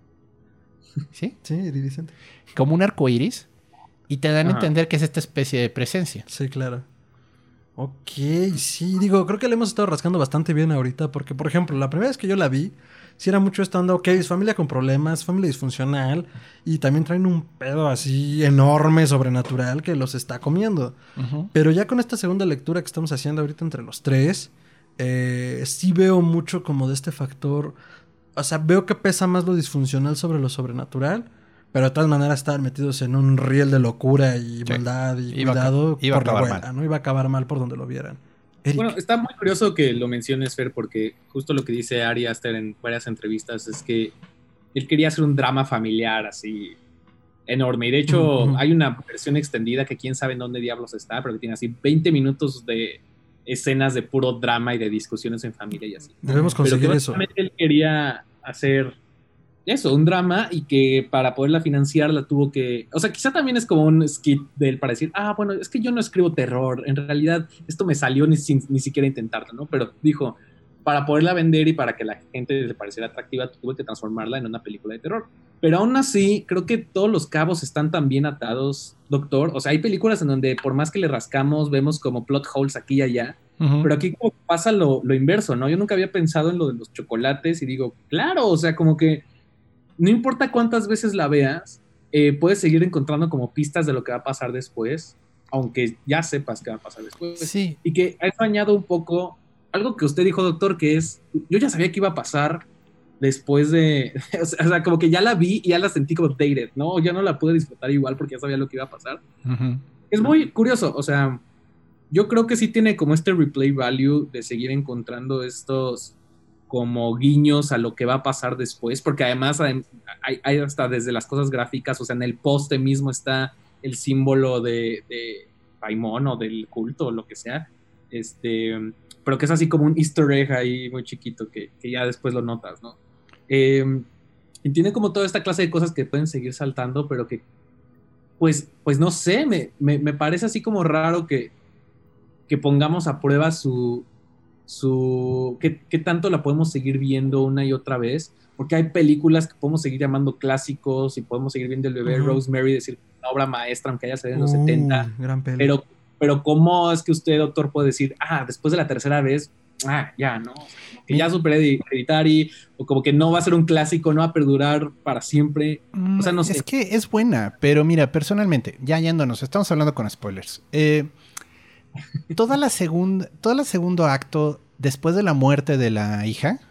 ¿Sí? Sí, iridiscente. Como un arco iris. Y te dan uh-huh. a entender que es esta especie de presencia. Sí, claro. Ok, sí. Digo, creo que le hemos estado rascando bastante bien ahorita. Porque, por ejemplo, la primera vez que yo la vi... Sí era mucho estando, ok, es familia con problemas, familia disfuncional, y también traen un pedo así enorme, sobrenatural, que los está comiendo. Uh-huh. Pero ya con esta segunda lectura que estamos haciendo ahorita entre los tres, eh, sí veo mucho como de este factor, o sea, veo que pesa más lo disfuncional sobre lo sobrenatural, pero de todas maneras están metidos en un riel de locura y sí. maldad y iba cuidado a, iba por a la abuela, mal. ¿no? Iba a acabar mal por donde lo vieran. Eric. Bueno, está muy curioso que lo menciones, Fer, porque justo lo que dice Ari Aster en varias entrevistas es que él quería hacer un drama familiar así enorme. Y de hecho, uh-huh. hay una versión extendida que quién sabe en dónde diablos está, pero que tiene así veinte minutos de escenas de puro drama y de discusiones en familia y así. Debemos conseguir pero que eso. Él quería hacer eso, un drama, y que para poderla financiar la tuvo que... O sea, quizá también es como un skit de él para decir, ah, bueno, es que yo no escribo terror, en realidad esto me salió ni, sin, ni siquiera intentarlo, ¿no? Pero dijo, para poderla vender y para que la gente le pareciera atractiva, tuve que transformarla en una película de terror. Pero aún así, creo que todos los cabos están tan bien atados, doctor. O sea, hay películas en donde por más que le rascamos, vemos como plot holes aquí y allá. Uh-huh. Pero aquí como pasa lo, lo inverso, ¿no? Yo nunca había pensado en lo de los chocolates y digo, claro, o sea, como que no importa cuántas veces la veas, eh, puedes seguir encontrando como pistas de lo que va a pasar después, aunque ya sepas qué va a pasar después. Sí. Y que eso añado un poco algo que usted dijo, doctor, que es, yo ya sabía que iba a pasar después de, o sea, como que ya la vi y ya la sentí como dated, ¿no? Ya no la pude disfrutar igual porque ya sabía lo que iba a pasar. Uh-huh. Es muy curioso, o sea, yo creo que sí tiene como este replay value de seguir encontrando estos como guiños a lo que va a pasar después, porque además hay, hay hasta desde las cosas gráficas, o sea, en el poste mismo está el símbolo de, de Paimon o del culto o lo que sea, este, pero que es así como un easter egg ahí muy chiquito que, que ya después lo notas, ¿no? Eh, y tiene como toda esta clase de cosas que pueden seguir saltando, pero que, pues, pues no sé, me, me, me parece así como raro que, que pongamos a prueba su... su ¿qué, qué tanto la podemos seguir viendo una y otra vez? Porque hay películas que podemos seguir llamando clásicos y podemos seguir viendo El bebé uh-huh. Rosemary, decir una obra maestra, aunque haya salido en los uh, setenta. Gran peli. Pero, pero ¿cómo es que usted, doctor, puede decir, ah, después de la tercera vez, ah, ya, ¿no? O sea, como que ya superé Hereditary, o como que no va a ser un clásico, no va a perdurar para siempre. O sea, no sé. Es que es buena, pero mira, personalmente, ya yéndonos, estamos hablando con spoilers. Eh... Toda la segunda, todo el segundo acto, después de la muerte de la hija,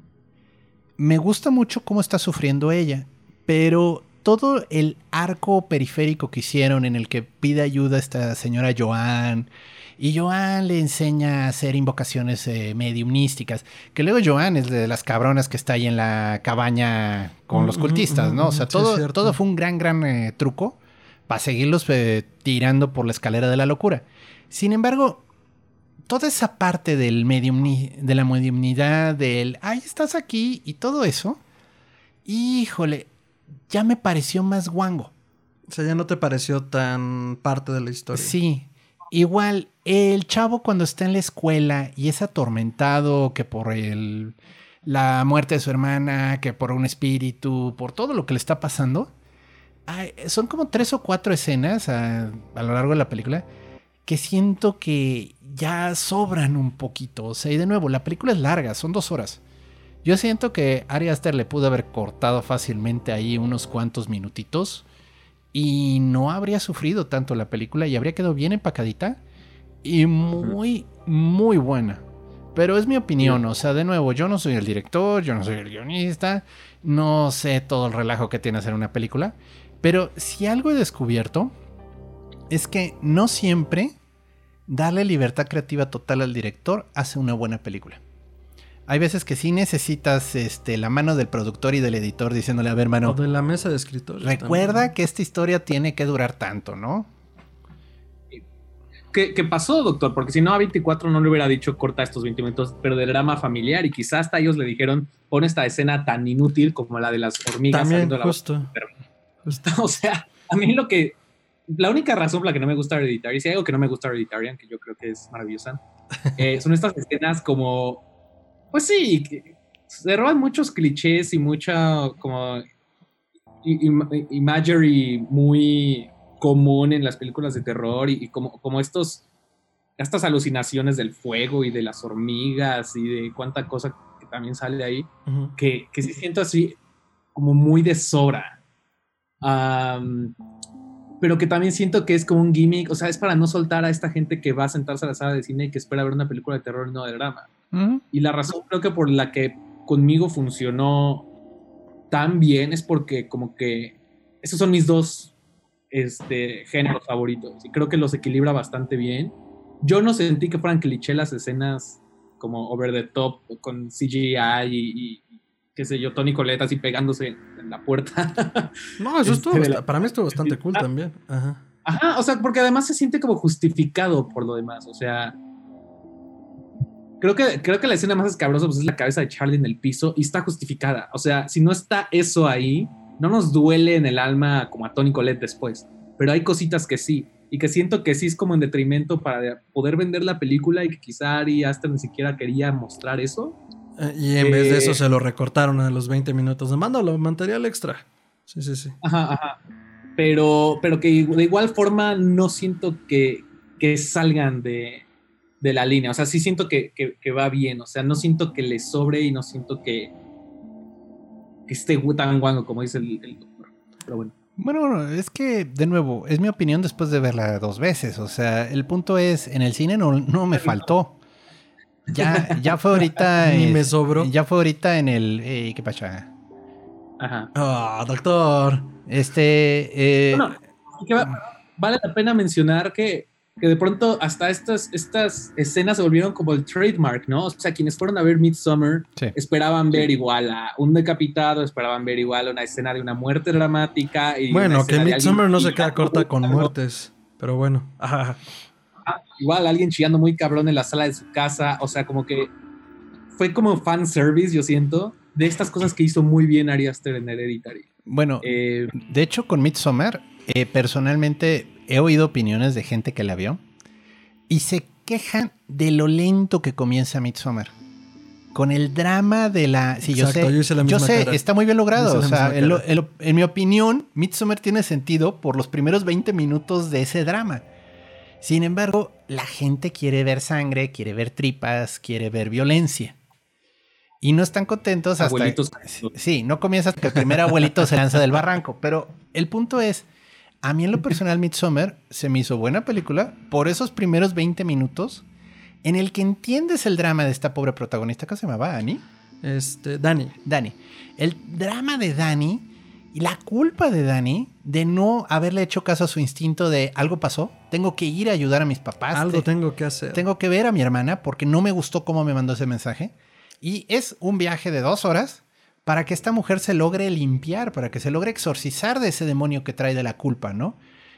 me gusta mucho cómo está sufriendo ella, pero todo el arco periférico que hicieron en el que pide ayuda a esta señora Joan, y Joan le enseña a hacer invocaciones eh, mediumnísticas, que luego Joan es de las cabronas que está ahí en la cabaña con mm, los cultistas, mm, ¿no? O sea, todo, sí, todo fue un gran, gran eh, truco para seguirlos eh, tirando por la escalera de la locura. Sin embargo, toda esa parte del mediumni, de la mediumnidad, del, ay, estás aquí y todo eso, híjole, ya me pareció más guango. O sea, ya no te pareció tan parte de la historia. Sí, igual el chavo cuando está en la escuela y es atormentado que por el, la muerte de su hermana, que por un espíritu, por todo lo que le está pasando, ay, son como tres o cuatro escenas a, a lo largo de la película que siento que ya sobran un poquito. O sea, y de nuevo, la película es larga, son dos horas. Yo siento que Ari Aster le pudo haber cortado fácilmente ahí unos cuantos minutitos y no habría sufrido tanto la película y habría quedado bien empacadita y muy, muy buena. Pero es mi opinión, o sea, de nuevo, yo no soy el director, yo no soy el guionista, no sé todo el relajo que tiene hacer una película, pero si algo he descubierto es que no siempre darle libertad creativa total al director hace una buena película. Hay veces que sí necesitas este, la mano del productor y del editor diciéndole, a ver, mano, o de la mesa de escritores. Recuerda también. que esta historia tiene que durar tanto, ¿no? ¿Qué, ¿Qué pasó, doctor? Porque si no, a veinticuatro no le hubiera dicho corta estos veinte minutos, pero de drama familiar. Y quizás hasta ellos le dijeron, pon esta escena tan inútil como la de las hormigas. También, saliendo de la justo, justo. O sea, a mí lo que... La única razón por la que no me gusta Hereditary, si hay algo que no me gusta Hereditary, que yo creo que es maravillosa, eh, son estas escenas como... Pues sí, que se roban muchos clichés y mucha como imagery muy común en las películas de terror y, y como, como estos estas alucinaciones del fuego y de las hormigas y de cuánta cosa que también sale ahí, uh-huh. que, que sí siento así como muy de sobra. Um, pero que también siento que es como un gimmick, o sea, es para no soltar a esta gente que va a sentarse a la sala de cine y que espera ver una película de terror y no de drama. Uh-huh. Y la razón creo que por la que conmigo funcionó tan bien es porque como que esos son mis dos este, géneros favoritos y creo que los equilibra bastante bien. Yo no sentí que fueran cliché las escenas como over the top con C G I y, y qué sé yo, Toni Collette así pegándose en la puerta. No, eso estuvo, este, para mí estuvo bastante cool ah, también. Ajá. Ajá, o sea, porque además se siente como justificado por lo demás, o sea... Creo que, creo que la escena más escabrosa pues, es la cabeza de Charlie en el piso y está justificada. O sea, si no está eso ahí, no nos duele en el alma como a Toni Collette después. Pero hay cositas que sí. Y que siento que sí es como en detrimento para poder vender la película y que quizá Ari Aster ni siquiera quería mostrar eso. Eh, y en eh, vez de eso se lo recortaron a los veinte minutos. Mándalo, material extra. Sí, sí, sí. Ajá, ajá. Pero, pero que de igual forma no siento que, que salgan de... de la línea, o sea, sí siento que, que, que va bien, o sea, no siento que le sobre y no siento que, que esté tan guango como dice el, el doctor, pero bueno. Bueno, es que, de nuevo, es mi opinión después de verla dos veces, o sea, el punto es, en el cine no, no me faltó, ya, ya fue ahorita... Ni es, me sobró. Ya fue ahorita en el... Eh, ¿Qué pasa? Ajá. Ah, oh, doctor. Este... Eh, bueno, que va, vale la pena mencionar que que de pronto hasta estas, estas escenas se volvieron como el trademark, ¿no? O sea, quienes fueron a ver Midsommar sí. esperaban ver igual a un decapitado, esperaban ver igual a una escena de una muerte dramática. Y bueno, que Midsommar no se queda corta con muertes, pero bueno. Ajá. Ah, igual alguien chillando muy cabrón en la sala de su casa, o sea, como que fue como fan service, yo siento, de estas cosas que hizo muy bien Ari Aster en Hereditary. Bueno, eh, de hecho con Midsommar, eh, personalmente... he oído opiniones de gente que la vio y se quejan de lo lento que comienza Midsommar. Con el drama de la... Sí, Exacto, yo sé, yo hice la misma yo sé cara. Está muy bien logrado. O sea, en, lo, en, lo, en mi opinión, Midsommar tiene sentido por los primeros veinte minutos de ese drama. Sin embargo, la gente quiere ver sangre, quiere ver tripas, quiere ver violencia. Y no están contentos hasta... Abuelitos. Sí, no comienza hasta que el primer abuelito se lanza del barranco. Pero el punto es... A mí en lo personal Midsommar se me hizo buena película por esos primeros veinte minutos en el que entiendes el drama de esta pobre protagonista. ¿Cómo se llamaba? ¿Annie? Este, Dani. Dani. El drama de Dani y la culpa de Dani de no haberle hecho caso a su instinto de algo pasó, tengo que ir a ayudar a mis papás. Algo te, tengo que hacer. Tengo que ver a mi hermana porque no me gustó cómo me mandó ese mensaje. Y es un viaje de dos horas para que esta mujer se logre limpiar, para que se logre exorcizar de ese demonio que trae de la culpa, ¿no?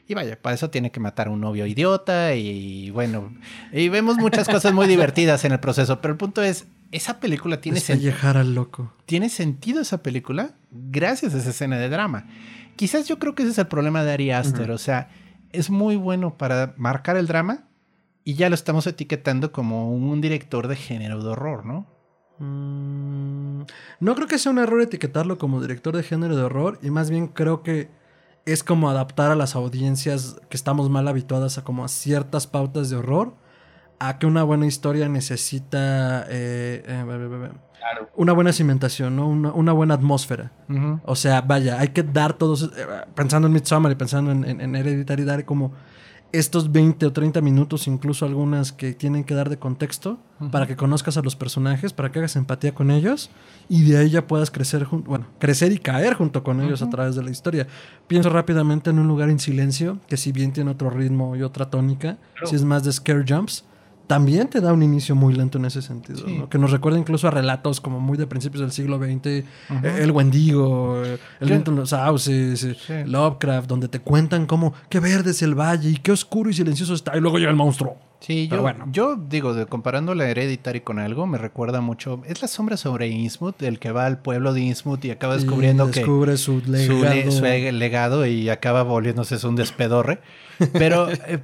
Y vaya, para eso tiene que matar a un novio idiota y bueno, y vemos muchas cosas muy divertidas en el proceso, pero el punto es, esa película tiene sentido. al loco. Tiene sentido esa película gracias a esa escena de drama. Quizás yo creo que ese es el problema de Ari Aster, uh-huh. O sea, es muy bueno para marcar el drama y ya lo estamos etiquetando como un director de género de horror, ¿no? Mm, no creo que sea un error etiquetarlo como director de género de horror y más bien creo que es como adaptar a las audiencias que estamos mal habituadas a como a ciertas pautas de horror, a que una buena historia necesita eh, eh, claro. una buena cimentación, ¿no? Una, una buena atmósfera. Uh-huh. O sea, vaya, hay que dar todos, eh, pensando en Midsommar y pensando en, en, en Hereditary, dar como estos veinte o treinta minutos, incluso algunas que tienen que dar de contexto, uh-huh. para que conozcas a los personajes, para que hagas empatía con ellos y de ahí ya puedas crecer, jun- bueno, crecer y caer junto con ellos uh-huh. a través de la historia. Pienso rápidamente en Un lugar en silencio, que si bien tiene otro ritmo y otra tónica, claro. si es más de scare jumps, también te da un inicio muy lento en ese sentido, sí. ¿no? Que nos recuerda incluso a relatos como muy de principios del siglo veinte, uh-huh. El Wendigo, El viento en los sauces, sí. Lovecraft, donde te cuentan cómo qué verde es el valle y qué oscuro y silencioso está, y luego llega el monstruo. Sí, yo, bueno. yo digo, de, comparando la Hereditary con algo, me recuerda mucho, es La sombra sobre Innsmouth, el que va al pueblo de Innsmouth y acaba descubriendo y descubre que su legado. Su, su legado y acaba volviéndose un despedorre, pero... eh,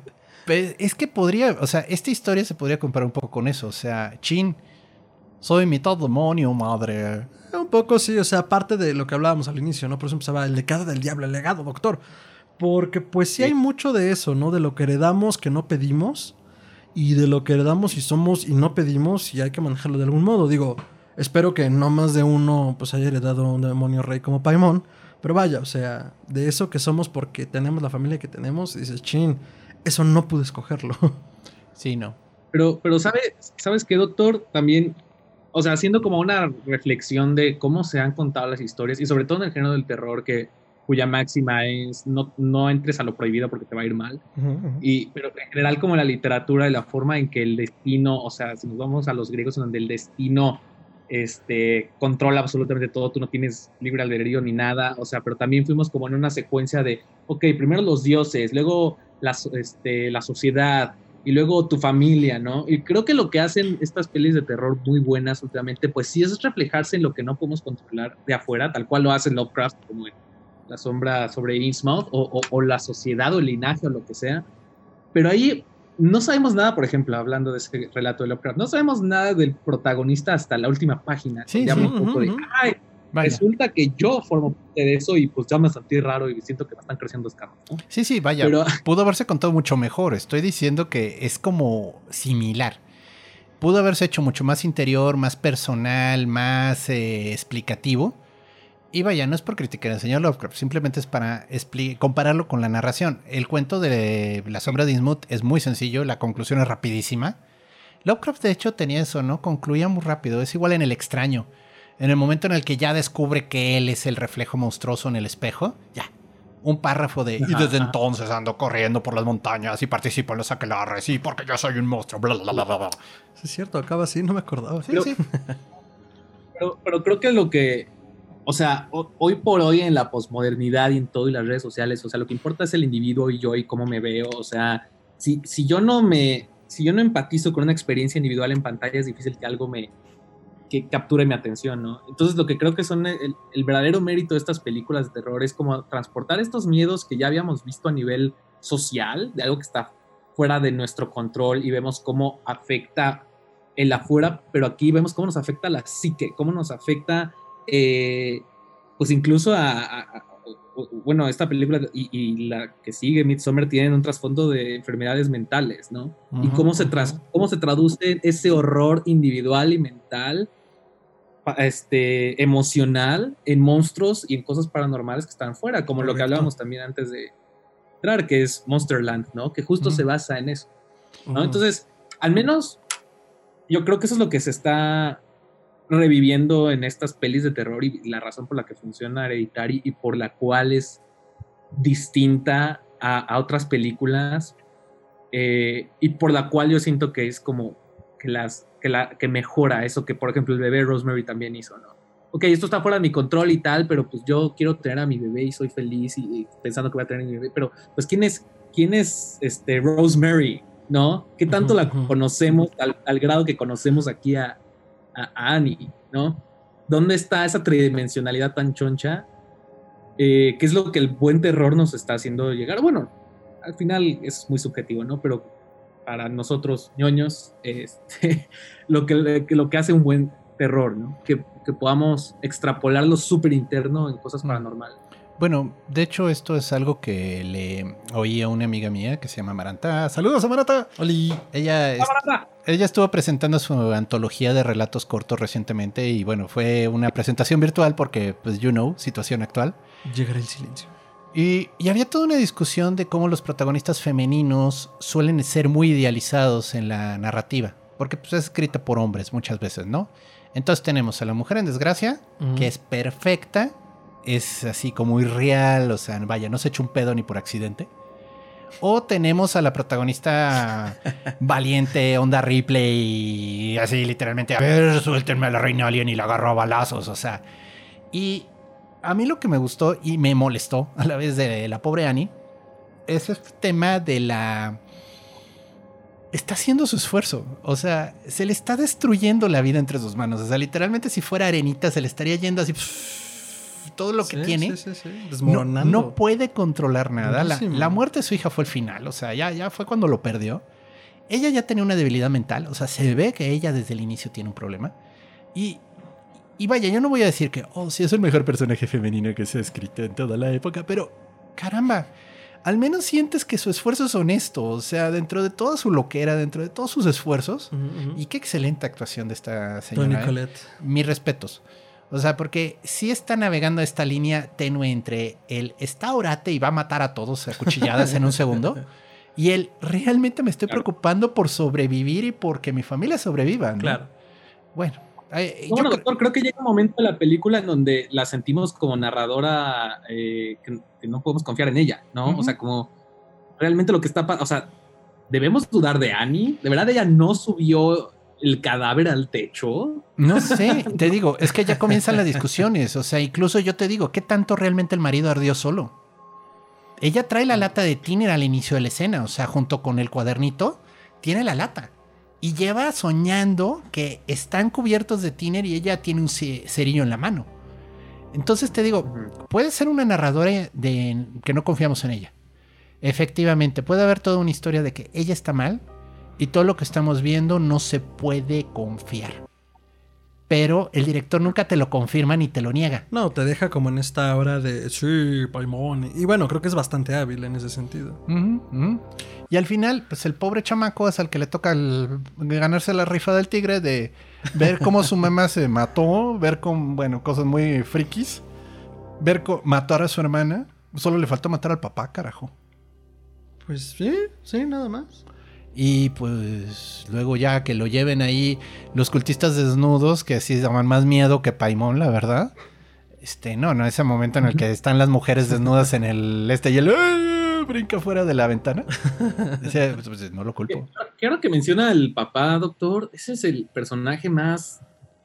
es que podría, o sea, esta historia se podría comparar un poco con eso. O sea, chin, soy mitad demonio, madre. Un poco sí, o sea, aparte de lo que hablábamos al inicio, ¿no? Por eso empezaba el legado del diablo, el legado, doctor. Porque pues sí, sí hay mucho de eso, ¿no? De lo que heredamos que no pedimos y de lo que heredamos y somos y no pedimos y hay que manejarlo de algún modo. Digo, espero que no más de uno pues haya heredado un demonio rey como Paimon. Pero vaya, o sea, de eso que somos porque tenemos la familia que tenemos, y dices, chin, eso no pude escogerlo. Sí, no. Pero, pero ¿sabes, ¿sabes qué, doctor? También, o sea, haciendo como una reflexión de cómo se han contado las historias, y sobre todo en el género del terror, que, cuya máxima es no, no entres a lo prohibido porque te va a ir mal. Uh-huh, uh-huh. Y, pero en general como la literatura y la forma en que el destino, o sea, si nos vamos a los griegos en donde el destino este, controla absolutamente todo, tú no tienes libre albedrío ni nada, o sea, pero también fuimos como en una secuencia de, ok, primero los dioses, luego la, este, la sociedad y luego tu familia, ¿no? Y creo que lo que hacen estas pelis de terror muy buenas últimamente, pues sí es reflejarse en lo que no podemos controlar de afuera, tal cual lo hace Lovecraft, como en La sombra sobre Innsmouth, o, o, o la sociedad o el linaje o lo que sea, pero ahí no sabemos nada, por ejemplo, hablando de ese relato de Lovecraft, no sabemos nada del protagonista hasta la última página. Sí, ya sí. un poco uh-huh. de, ay, vaya. Resulta que yo formo parte de eso y pues ya me sentí raro y siento que me están creciendo escamas, ¿no? Sí, sí, vaya, pero pudo haberse contado mucho mejor. Estoy diciendo que es como similar. Pudo haberse hecho mucho más interior, más personal, más eh, explicativo. Y vaya, no es por criticar al señor Lovecraft, simplemente es para expli- compararlo con la narración. El cuento de La sombra de Innsmouth es muy sencillo, la conclusión es rapidísima. Lovecraft de hecho tenía eso, ¿no? Concluía muy rápido, es igual en El extraño. En el momento en el que ya descubre que él es el reflejo monstruoso en el espejo, ya, un párrafo de y desde entonces ando corriendo por las montañas y participo en los aquelarres y porque yo soy un monstruo, bla, bla, bla, bla, bla. Es cierto, acaba así, no me acordaba. Sí, pero, sí. pero, pero creo que lo que... O sea, hoy por hoy en la posmodernidad y en todo y las redes sociales, o sea, lo que importa es el individuo y yo y cómo me veo. O sea, si, si yo no me, si yo no empatizo con una experiencia individual en pantalla, es difícil que algo me que capture mi atención, ¿no? Entonces, lo que creo que son el, el verdadero mérito de estas películas de terror es como transportar estos miedos que ya habíamos visto a nivel social, de algo que está fuera de nuestro control y vemos cómo afecta el afuera, pero aquí vemos cómo nos afecta la psique, cómo nos afecta Eh, pues incluso a, a, a, a bueno, esta película y, y la que sigue, Midsommar, tienen un trasfondo de enfermedades mentales, ¿no? Uh-huh, y cómo se, tras, cómo se traduce ese horror individual y mental, este, emocional, en monstruos y en cosas paranormales que están fuera, como Correcto. Lo que hablábamos también antes de entrar, que es Monsterland, ¿no? Que justo uh-huh. se basa en eso, ¿no? Uh-huh. Entonces, al menos yo creo que eso es lo que se está reviviendo en estas pelis de terror y la razón por la que funciona Hereditary y por la cual es distinta a, a otras películas eh, y por la cual yo siento que es como que las que, la, que mejora eso que por ejemplo el bebé Rosemary también hizo, ¿no? ok, esto está fuera de mi control y tal, pero pues yo quiero tener a mi bebé y soy feliz y, y pensando que voy a tener a mi bebé, pero pues ¿quién es, quién es este, Rosemary? ¿No? ¿Qué tanto uh-huh, la uh-huh. conocemos al, al grado que conocemos aquí a, a, a Annie? ¿No? ¿Dónde está esa tridimensionalidad tan choncha? Eh, ¿Qué es lo que el buen terror nos está haciendo llegar? Bueno, al final es muy subjetivo, ¿no? Pero para nosotros, ñoños, este, lo, que, lo que hace un buen terror, ¿no? Que, que podamos extrapolar lo súper interno en cosas paranormales. Bueno, de hecho esto es algo que le oí a una amiga mía que se llama Amaranta. ¡Saludos, Amaranta! ¡Oli! Ella, es, ella estuvo presentando su antología de relatos cortos recientemente y bueno, fue una presentación virtual porque, pues, you know, situación actual. Llegará el silencio. Y, y había toda una discusión de cómo los protagonistas femeninos suelen ser muy idealizados en la narrativa, porque pues, es escrita por hombres muchas veces, ¿no? Entonces tenemos a la mujer en desgracia, uh-huh. que es perfecta, es así como irreal, o sea, vaya, no se echa un pedo ni por accidente. O tenemos a la protagonista valiente, onda Ripley, y así literalmente, a ver, suéltenme a la reina alien y la agarro a balazos, o sea. Y a mí lo que me gustó y me molestó a la vez de la pobre Annie es este tema de la... Está haciendo su esfuerzo, o sea, se le está destruyendo la vida entre sus manos, o sea, literalmente si fuera arenita se le estaría yendo así... todo lo que sí, tiene, sí, sí, sí. Desmoronando. No, no puede controlar nada. La, la muerte de su hija fue el final, o sea, ya, ya fue cuando lo perdió. Ella ya tenía una debilidad mental, o sea, se ve que ella desde el inicio tiene un problema. Y, y vaya, yo no voy a decir que, oh, sí, es el mejor personaje femenino que se ha escrito en toda la época, pero caramba, al menos sientes que su esfuerzo es honesto, o sea, dentro de toda su loquera, dentro de todos sus esfuerzos. Uh-huh, uh-huh. Y qué excelente actuación de esta señora. Toni Collette. ¿eh? Mis respetos. O sea, porque sí está navegando esta línea tenue entre el está orate y va a matar a todos a cuchilladas en un segundo y el realmente me estoy claro. preocupando por sobrevivir y porque mi familia sobreviva, ¿no? Claro. Bueno. Eh, no, bueno, doctor, creo que llega un momento en la película en donde la sentimos como narradora eh, que, que no podemos confiar en ella, ¿no? Uh-huh. O sea, como realmente lo que está pasando, o sea, ¿debemos dudar de Annie? ¿De verdad ella no subió el cadáver al techo? No sé, te digo, es que ya comienzan las discusiones, o sea, incluso yo te digo, ¿qué tanto realmente el marido ardió solo? Ella trae la lata de tiner al inicio de la escena, o sea, junto con el cuadernito, tiene la lata y lleva soñando que están cubiertos de tiner y ella tiene un cerillo en la mano. Entonces te digo, puede ser una narradora de que no confiamos en ella. Efectivamente, puede haber toda una historia de que ella está mal y todo lo que estamos viendo no se puede confiar. Pero el director nunca te lo confirma ni te lo niega. No, te deja como en esta hora de sí, Paimon. Y bueno, creo que es bastante hábil en ese sentido. Uh-huh, uh-huh. Y al final, pues el pobre chamaco es al que le toca el, ganarse la rifa del tigre de ver cómo su mamá se mató, ver con, bueno, cosas muy frikis, ver cómo matar a su hermana. Solo le faltó matar al papá, carajo. Pues sí, sí, nada más. Y pues luego ya que lo lleven ahí los cultistas desnudos, que así daban más miedo que Paimon, la verdad. Este, no, no, ese momento en el que están las mujeres desnudas en el este y el ¡eh! Brinca fuera de la ventana. Ese, pues, no lo culpo. Claro que menciona el papá, doctor. Ese es el personaje más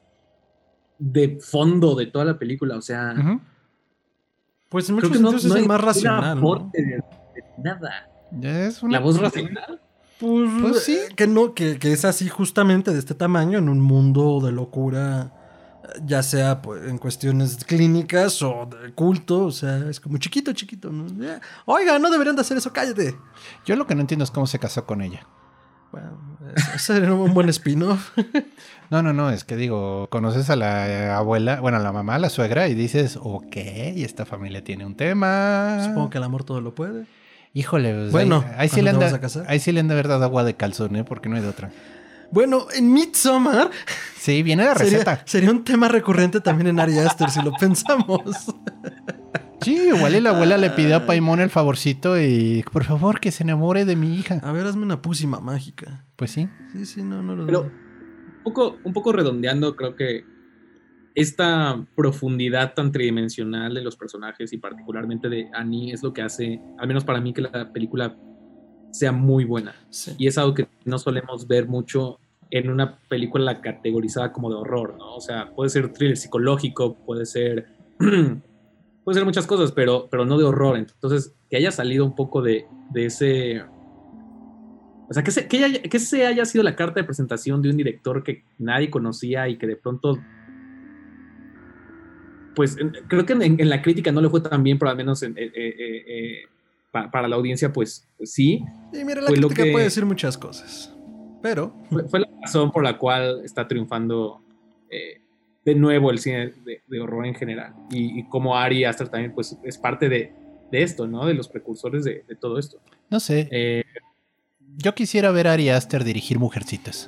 de fondo de toda la película. O sea, uh-huh. Pues en muchos sentidos no, no es el más racional. ¿no? De, de nada. Es una... La voz racional. Pues, pues sí, que no, que, que es así justamente de este tamaño en un mundo de locura, ya sea pues, en cuestiones clínicas o de culto, o sea, es como chiquito, chiquito, ¿no? Oiga, no deberían de hacer eso, cállate. Yo lo que no entiendo es cómo se casó con ella. Bueno, ese era un buen spin-off. No, no, no, es que digo, conoces a la abuela, bueno, a la mamá, a la suegra y dices, ok, esta familia tiene un tema. Supongo que el amor todo lo puede. Híjole, pues bueno, ahí, ahí, sí le han de, ahí sí le han de haber dado agua de calzón, ¿eh? Porque no hay de otra. Bueno, en Midsommar... Sí, viene la receta. Sería, sería un tema recurrente también en Ari Aster, si lo pensamos. Sí, igual y la abuela le pidió a Paimon el favorcito y por favor que se enamore de mi hija. A ver, hazme una pócima mágica. Pues sí. Sí, sí, no, no lo Pero un poco, un poco redondeando, creo que esta profundidad tan tridimensional de los personajes y particularmente de Annie es lo que hace, al menos para mí, que la película sea muy buena. Sí. Y es algo que no solemos ver mucho en una película categorizada como de horror, ¿no? O sea, puede ser thriller psicológico, puede ser, puede ser muchas cosas, pero, pero no de horror. Entonces, que haya salido un poco de, de ese... O sea, que se, que, haya, que se haya sido la carta de presentación de un director que nadie conocía y que de pronto... Pues creo que en, en la crítica no le fue tan bien, pero al menos en, eh, eh, eh, pa, para la audiencia, pues, pues sí. Y mira, la crítica que, puede decir muchas cosas, pero... Fue, fue la razón por la cual está triunfando eh, de nuevo el cine de, de horror en general. Y, y como Ari Aster también, pues, es parte de, de esto, ¿no? De los precursores de, de todo esto. No sé. Eh, Yo quisiera ver a Ari Aster dirigir Mujercitas.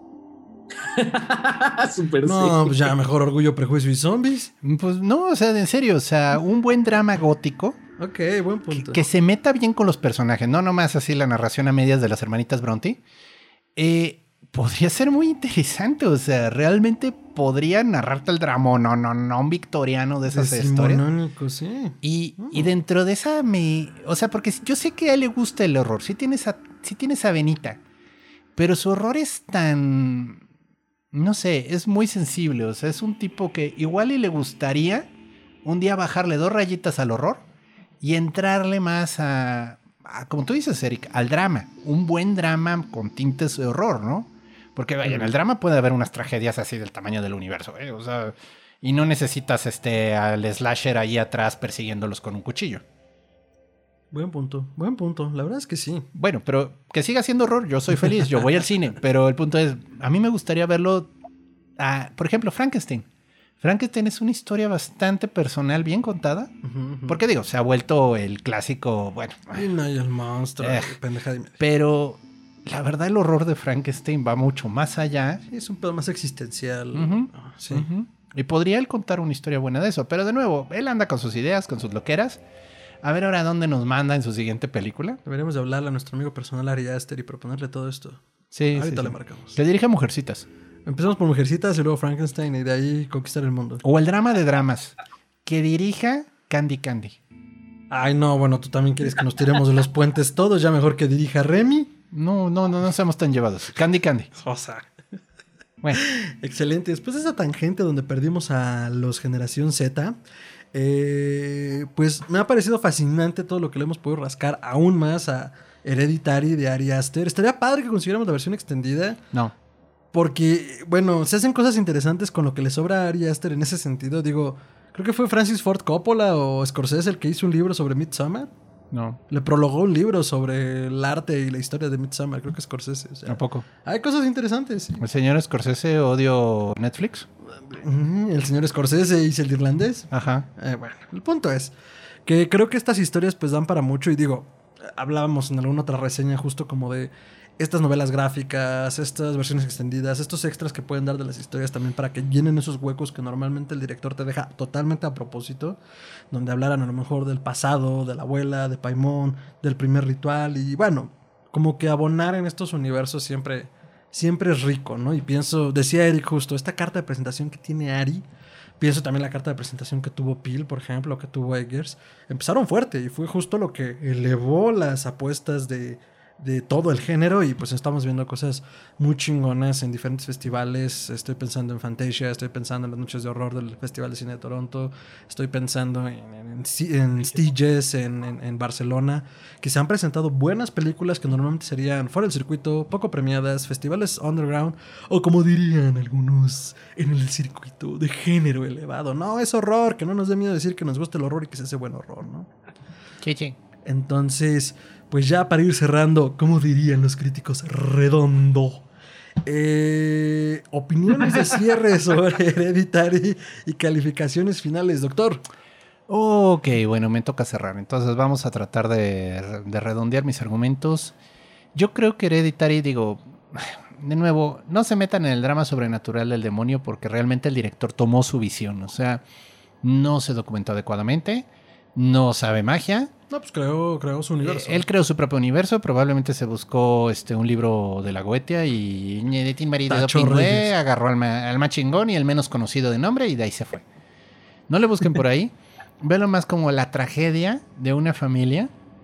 Super no, sí. pues ya mejor Orgullo, Prejuicio y Zombies. Pues no, o sea, en serio, o sea, un buen drama gótico. Ok, buen punto. Que, que se meta bien con los personajes, no nomás así la narración a medias de las hermanitas Bronte. Eh, podría ser muy interesante, o sea, realmente podría narrarte el drama, no, no, no, un victoriano de esas historias. Sí. Y, mm. y dentro de esa me... O sea, porque yo sé que a él le gusta el horror, sí tiene esa, sí tiene esa venita, pero su horror es tan... No sé, es muy sensible, o sea, es un tipo que igual y le gustaría un día bajarle dos rayitas al horror y entrarle más a, a, como tú dices, Eric, al drama. Un buen drama con tintes de horror, ¿no? Porque vaya, en el drama puede haber unas tragedias así del tamaño del universo, ¿eh? O sea, y no necesitas este al slasher ahí atrás persiguiéndolos con un cuchillo. Buen punto, buen punto. La verdad es que sí. Bueno, pero que siga siendo horror, yo soy feliz, yo voy al cine. Pero el punto es, a mí me gustaría verlo, a, por ejemplo, Frankenstein. Frankenstein es una historia bastante personal, bien contada. Uh-huh, uh-huh. Porque digo, se ha vuelto el clásico, bueno... Y no hay el monstruo, eh, pendeja de media. Pero la verdad el horror de Frankenstein va mucho más allá. Sí, es un pedo más existencial. Uh-huh, oh, sí. Uh-huh. Y podría él contar una historia buena de eso. Pero de nuevo, él anda con sus ideas, con sus loqueras. A ver ahora dónde nos manda en su siguiente película. Deberíamos de hablarle a nuestro amigo personal Ari Aster y proponerle todo esto. Sí, ahorita sí, le sí. marcamos. Que dirija Mujercitas. Empezamos por Mujercitas y luego Frankenstein y de ahí conquistar el mundo. O el drama de dramas. Que dirija Candy Candy. Ay, no, bueno, tú también quieres que nos tiremos de los puentes todos. Ya mejor que dirija Remy. No, no, no, no seamos tan llevados. Candy Candy. O sea. Bueno. Excelente. Después de esa tangente donde perdimos a los Generación Z... Eh, pues me ha parecido fascinante todo lo que le hemos podido rascar aún más a Hereditary de Ari Aster. Estaría padre que consiguiéramos la versión extendida. No. Porque, bueno, se hacen cosas interesantes con lo que le sobra a Ari Aster en ese sentido. Digo, creo que fue Francis Ford Coppola o Scorsese el que hizo un libro sobre Midsommar. No. Le prologó un libro sobre el arte y la historia de Midsommar. Creo que Scorsese. O sea, tampoco. Hay cosas interesantes. Sí. El señor Scorsese odio Netflix. El señor Scorsese hizo el irlandés. Ajá. Eh, bueno, el punto es que creo que estas historias pues dan para mucho. Y digo, hablábamos en alguna otra reseña justo como de estas novelas gráficas, estas versiones extendidas, estos extras que pueden dar de las historias también para que llenen esos huecos que normalmente el director te deja totalmente a propósito, donde hablaran a lo mejor del pasado, de la abuela, de Paimon, del primer ritual. Y bueno, como que abonar en estos universos siempre... Siempre es rico, ¿no? Y pienso, decía Eric justo, esta carta de presentación que tiene Ari, pienso también la carta de presentación que tuvo Peele, por ejemplo, que tuvo Eggers, empezaron fuerte y fue justo lo que elevó las apuestas de, de todo el género y pues estamos viendo cosas muy chingonas en diferentes festivales. Estoy pensando en Fantasia, estoy pensando en las noches de horror del Festival de Cine de Toronto, estoy pensando en, en, en, en Sitges, en, en, en Barcelona, que se han presentado buenas películas que normalmente serían fuera del circuito, poco premiadas, festivales underground, o como dirían algunos, en el circuito de género elevado. No, es horror, que no nos dé miedo decir que nos gusta el horror y que se hace buen horror, ¿no? Sí, sí. Entonces, pues ya para ir cerrando, como dirían los críticos, redondo. Eh, opiniones de cierre sobre Hereditary y calificaciones finales, doctor. Ok, bueno, me toca cerrar. Entonces vamos a tratar de, de redondear mis argumentos. Yo creo que Hereditary, digo, de nuevo, no se metan en el drama sobrenatural del demonio porque realmente el director tomó su visión. O sea, no se documentó adecuadamente, no sabe magia. No, pues creó, creó su universo. Eh, él creó su propio universo, probablemente se buscó este, un libro de la Goetia y de Tim Marie de Pingüe, agarró al, ma, al más chingón y el menos conocido de nombre y de ahí se fue. No le busquen por ahí. Vélo más como la tragedia de una familia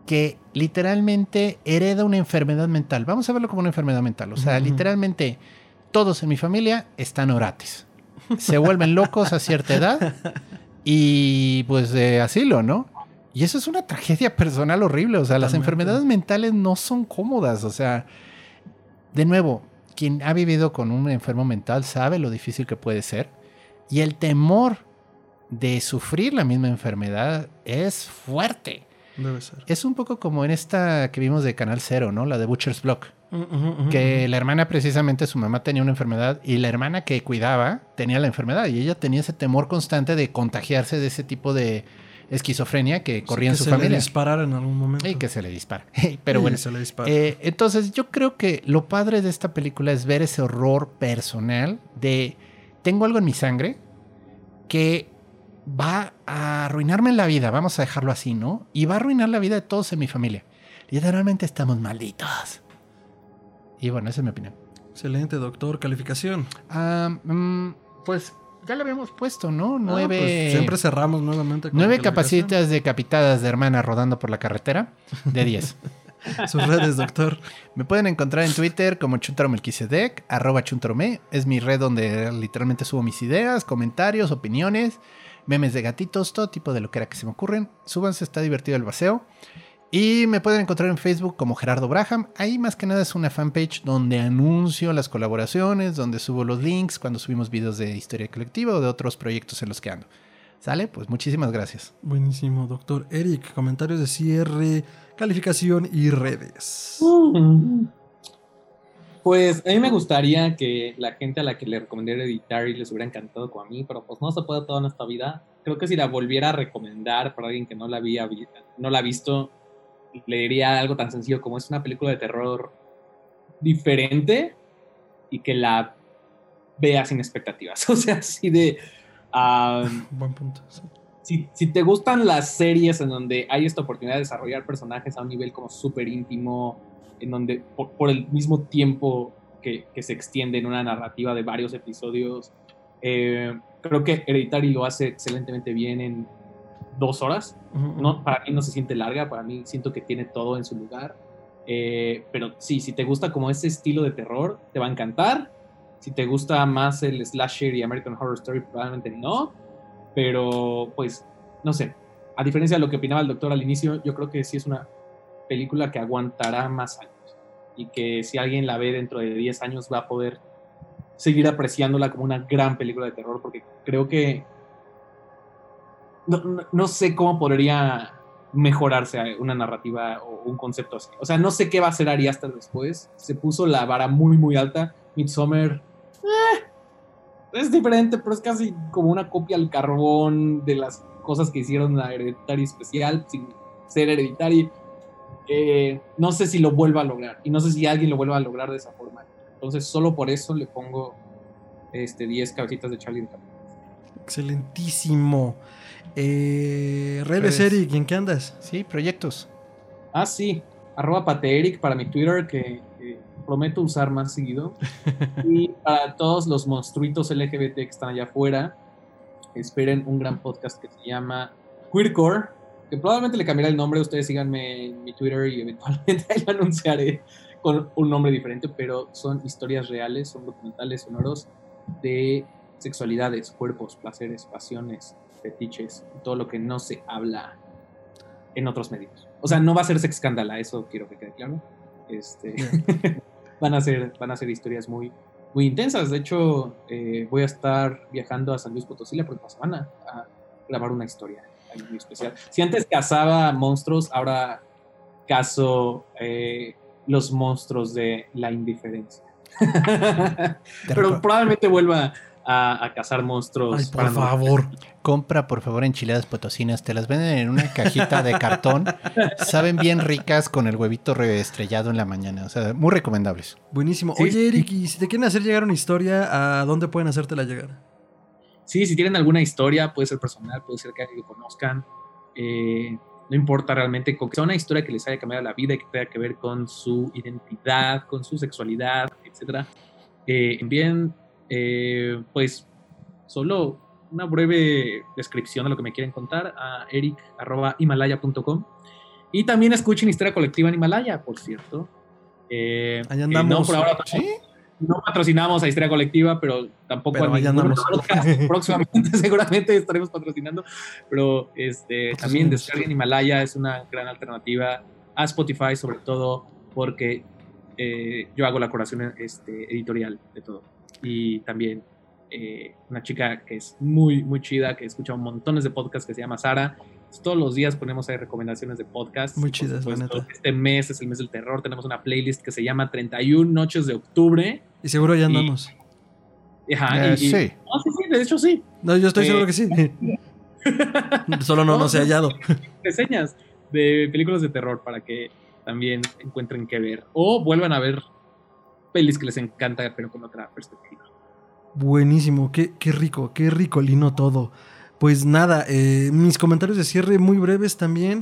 que literalmente hereda una enfermedad mental. Vamos a verlo como una enfermedad mental. O sea, uh-huh. literalmente todos en mi familia están orates. Se vuelven locos a cierta edad y pues de asilo, ¿no? Y eso es una tragedia personal horrible. O sea, Totalmente. Las enfermedades mentales no son cómodas. O sea, de nuevo, quien ha vivido con un enfermo mental sabe lo difícil que puede ser. Y el temor de sufrir la misma enfermedad es fuerte. Debe ser. Es un poco como en esta que vimos de Canal Cero, ¿no? La de Butcher's Block. Uh, uh, uh, que uh. la hermana, precisamente, su mamá tenía una enfermedad y la hermana que cuidaba tenía la enfermedad. Y ella tenía ese temor constante de contagiarse de ese tipo de esquizofrenia que corría sí, que en su familia. Que se le disparara en algún momento. Y que se le dispara. Pero sí, bueno, se le dispara. Eh, entonces yo creo que lo padre de esta película es ver ese horror personal de tengo algo en mi sangre que va a arruinarme la vida, vamos a dejarlo así, ¿no? Y va a arruinar la vida de todos en mi familia. Literalmente estamos malditos. Y bueno, esa es mi opinión. Excelente, doctor. ¿Calificación? Uh, um, pues ya lo habíamos puesto, ¿no? Nueve... Ah, pues siempre cerramos nuevamente con Nueve capacitas decapitadas de hermana rodando por la carretera de diez. Sus redes, doctor. Me pueden encontrar en Twitter como Chuntaro Melquisedec, arroba Chuntarome. Es mi red donde literalmente subo mis ideas, comentarios, opiniones, memes de gatitos, todo tipo de lo que era que se me ocurren. Súbanse, está divertido el baseo. Y me pueden encontrar en Facebook como Gerardo Braham. Ahí más que nada es una fanpage donde anuncio las colaboraciones, donde subo los links cuando subimos videos de historia colectiva o de otros proyectos en los que ando. ¿Sale? Pues muchísimas gracias. Buenísimo, doctor. Eric, comentarios de cierre, calificación y redes. Pues a mí me gustaría que la gente a la que le recomendé Hereditary les hubiera encantado como a mí, pero pues no se puede toda nuestra vida. Creo que si la volviera a recomendar para alguien que no la había no la ha visto, le diría algo tan sencillo como es una película de terror diferente y que la vea sin expectativas. O sea, así de... Um, Buen punto, sí. Si, si te gustan las series en donde hay esta oportunidad de desarrollar personajes a un nivel como súper íntimo, en donde por, por el mismo tiempo que, que se extiende en una narrativa de varios episodios, eh, creo que Hereditary lo hace excelentemente bien en dos horas. Uh-huh. No, para mí no se siente larga, para mí siento que tiene todo en su lugar. Eh, pero sí, si te gusta como ese estilo de terror, te va a encantar. Si te gusta más el slasher y American Horror Story, probablemente no. Pero, pues, no sé. A diferencia de lo que opinaba el doctor al inicio, yo creo que sí es una película que aguantará más años. Y que si alguien la ve dentro de diez años va a poder seguir apreciándola como una gran película de terror. Porque creo que... No, no, no sé cómo podría mejorarse una narrativa o un concepto así. O sea, no sé qué va a hacer Ari Aster después. Se puso la vara muy, muy alta. Midsommar... Eh, es diferente, pero es casi como una copia al carbón de las cosas que hicieron a Hereditary especial, sin ser Hereditary. Eh, no sé si lo vuelva a lograr, y no sé si alguien lo vuelva a lograr de esa forma. Entonces, solo por eso le pongo este, diez cabecitas de Charlie de Capitán. Excelentísimo. Eh, redes, Eric, ¿en qué andas? Sí, proyectos. Ah, sí. Arroba pateeric para mi Twitter, que... que prometo usar más seguido. Y para todos los monstruitos L G B T que están allá afuera, esperen un gran podcast que se llama Queercore, que probablemente le cambiará el nombre. Ustedes síganme en mi Twitter y eventualmente ahí lo anunciaré con un nombre diferente, pero son historias reales, son documentales sonoros de sexualidades, cuerpos, placeres, pasiones, fetiches, todo lo que no se habla en otros medios. O sea, no va a ser sex escándala, eso quiero que quede claro. Este... Van a ser, van a ser historias muy, muy intensas. De hecho, eh, voy a estar viajando a San Luis Potosí la próxima semana a grabar una historia muy especial. Si antes cazaba monstruos, ahora cazo eh, los monstruos de la indiferencia. Pero probablemente vuelva a, a cazar monstruos. Ay, por favor. Compra, por favor, enchiladas potosinas. Te las venden en una cajita de cartón. Saben bien ricas con el huevito reestrellado en la mañana. O sea, muy recomendables. Buenísimo. Sí. Oye, Eric, y si te quieren hacer llegar una historia, ¿a dónde pueden hacértela llegar? Sí, si tienen alguna historia, puede ser personal, puede ser que alguien lo conozcan. Eh, no importa realmente, con que sea una historia que les haya cambiado la vida y que tenga que ver con su identidad, con su sexualidad, etcétera. Eh, envíen, eh, pues, solo una breve descripción de lo que me quieren contar a eric arroba himalaya punto com Y también escuchen Histeria Colectiva en Himalaya, por cierto. Eh, Ahí andamos. No, por ahora ¿Sí? no patrocinamos a Histeria Colectiva, pero tampoco pero a allá ningún andamos. podcast. Próximamente seguramente estaremos patrocinando. Pero este, también descarguen Himalaya, es una gran alternativa a Spotify, sobre todo porque eh, yo hago la curación este, editorial de todo. Y también eh, una chica que es muy, muy chida, que escucha montones de podcasts, que se llama Sara. Todos los días ponemos ahí recomendaciones de podcasts. Muy chidas, la neta. Este mes es el mes del terror. Tenemos una playlist que se llama treinta y una Noches de Octubre. Y seguro ya andamos. Y, ajá, eh, y, y, sí. No, sí, sí, de hecho sí. No, yo estoy eh, seguro que sí. Solo no, no, no se ha hallado. Reseñas de películas de terror para que también encuentren qué ver. O vuelvan a ver pelis que les encanta, pero con otra perspectiva. Buenísimo. Qué, qué rico, qué rico lino todo. Pues nada, eh, mis comentarios de cierre muy breves también.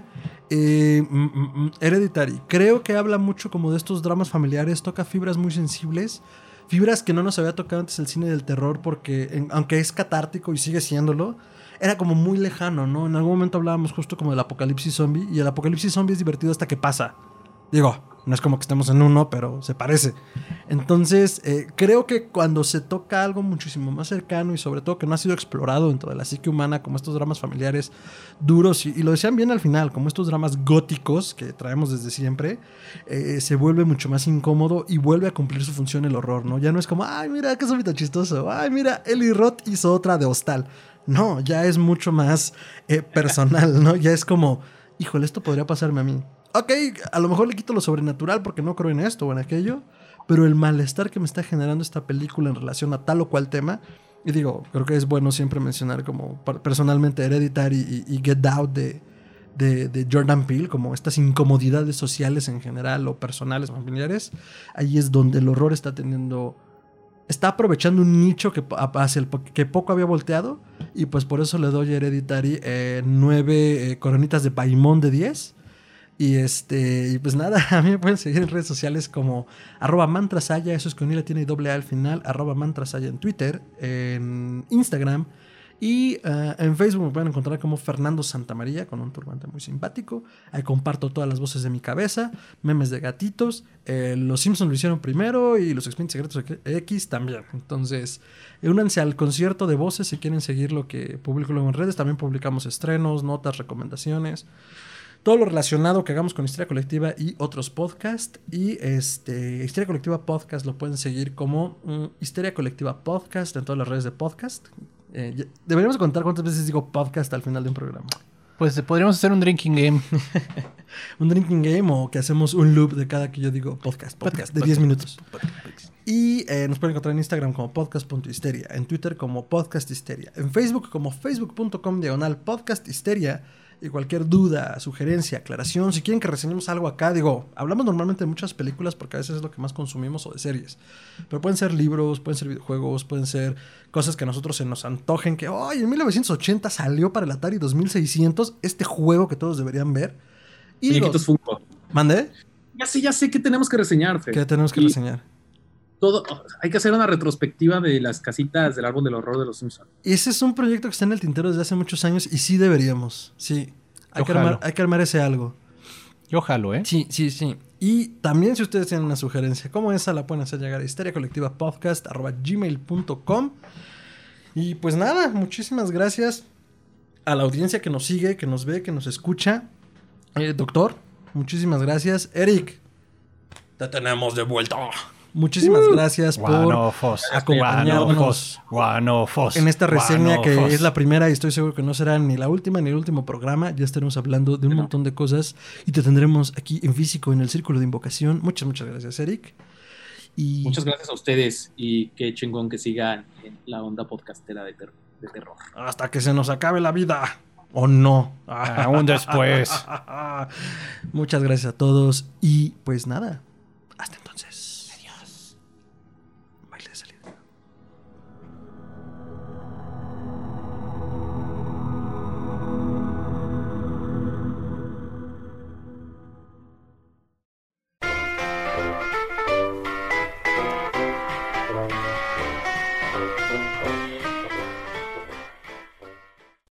Eh, mm, mm, Hereditary. Creo que habla mucho como de estos dramas familiares, toca fibras muy sensibles, fibras que no nos había tocado antes el cine del terror porque, en, aunque es catártico y sigue siéndolo, era como muy lejano, ¿no? En algún momento hablábamos justo como del apocalipsis zombie y el apocalipsis zombie es divertido hasta que pasa. Digo, no es como que estemos en uno, pero se parece. Entonces, eh, creo que cuando se toca algo muchísimo más cercano y sobre todo que no ha sido explorado dentro de la psique humana, como estos dramas familiares duros, y, y lo decían bien al final, como estos dramas góticos que traemos desde siempre, eh, se vuelve mucho más incómodo y vuelve a cumplir su función el horror, ¿no? Ya no es como, ay, mira, qué zombie tan chistoso, ay, mira, Eli Roth hizo otra de Hostal. No, ya es mucho más eh, personal, ¿no? Ya es como, híjole, esto podría pasarme a mí. Ok, a lo mejor le quito lo sobrenatural porque no creo en esto o en aquello, pero el malestar que me está generando esta película en relación a tal o cual tema, y digo, creo que es bueno siempre mencionar como personalmente Hereditary y, y Get Out de, de, de Jordan Peele, como estas incomodidades sociales en general o personales, familiares, ahí es donde el horror está teniendo... Está aprovechando un nicho que, hacia el, que poco había volteado, y pues por eso le doy a Hereditary eh, nueve eh, coronitas de Paimon de diez. Y este, y pues nada, a mí me pueden seguir en redes sociales como arroba mantrasaya, eso es que Unila tiene doble A al final, arroba mantrasaya en Twitter, en Instagram y uh, en Facebook me pueden encontrar como Fernando Santamaría con un turbante muy simpático. Ahí comparto todas las voces de mi cabeza, memes de gatitos, eh, los Simpsons lo hicieron primero y los Expedientes Secretos X también. Entonces, únanse al concierto de voces si quieren seguir lo que publico luego en redes. También publicamos estrenos, notas, recomendaciones. Todo lo relacionado que hagamos con Histeria Colectiva y otros podcasts. Y este Histeria Colectiva Podcast lo pueden seguir como um, Histeria Colectiva Podcast en todas las redes de podcast. Eh, deberíamos contar cuántas veces digo podcast al final de un programa. Pues podríamos hacer un drinking game. Un drinking game o que hacemos un loop de cada que yo digo podcast, podcast, de diez minutos. Y eh, nos pueden encontrar en Instagram como podcast.histeria, en Twitter como podcasthisteria, en Facebook como facebook.com diagonal podcasthisteria. Y cualquier duda, sugerencia, aclaración, si quieren que reseñemos algo acá, digo, hablamos normalmente de muchas películas porque a veces es lo que más consumimos o de series, pero pueden ser libros, pueden ser videojuegos, pueden ser cosas que a nosotros se nos antojen, que, ¡ay! En mil novecientos ochenta salió para el Atari dos mil seiscientos este juego que todos deberían ver. Y Muñequitos Funko. ¿Mandé? Ya sé, ya sé que tenemos que reseñar, Fer. ¿Qué tenemos que y reseñar? Todo, hay que hacer una retrospectiva de las casitas del árbol del horror de los Simpsons. Ese es un proyecto que está en el tintero desde hace muchos años y sí deberíamos, sí. Hay que, armar, hay que armar ese algo. Yo jalo, ¿eh? Sí, sí, sí. Y también si ustedes tienen una sugerencia como esa, la pueden hacer llegar a histeriacolectivapodcast arroba gmail punto com. Y pues nada, muchísimas gracias a la audiencia que nos sigue, que nos ve, que nos escucha. Eh, doctor, muchísimas gracias. Eric, te tenemos de vuelta. Muchísimas uh, gracias por Guanofos, acompañarnos Guanofos, en esta reseña Guanofos. Que es la primera y estoy seguro que no será ni la última ni el último programa. Ya estaremos hablando de un montón de cosas y te tendremos aquí en físico en el Círculo de Invocación. Muchas, muchas gracias, Eric. Y... Muchas gracias a ustedes y qué chingón que sigan en la onda podcastera de, ter de terror. Hasta que se nos acabe la vida. ¿O no? Aún después. Muchas gracias a todos y pues nada, hasta entonces.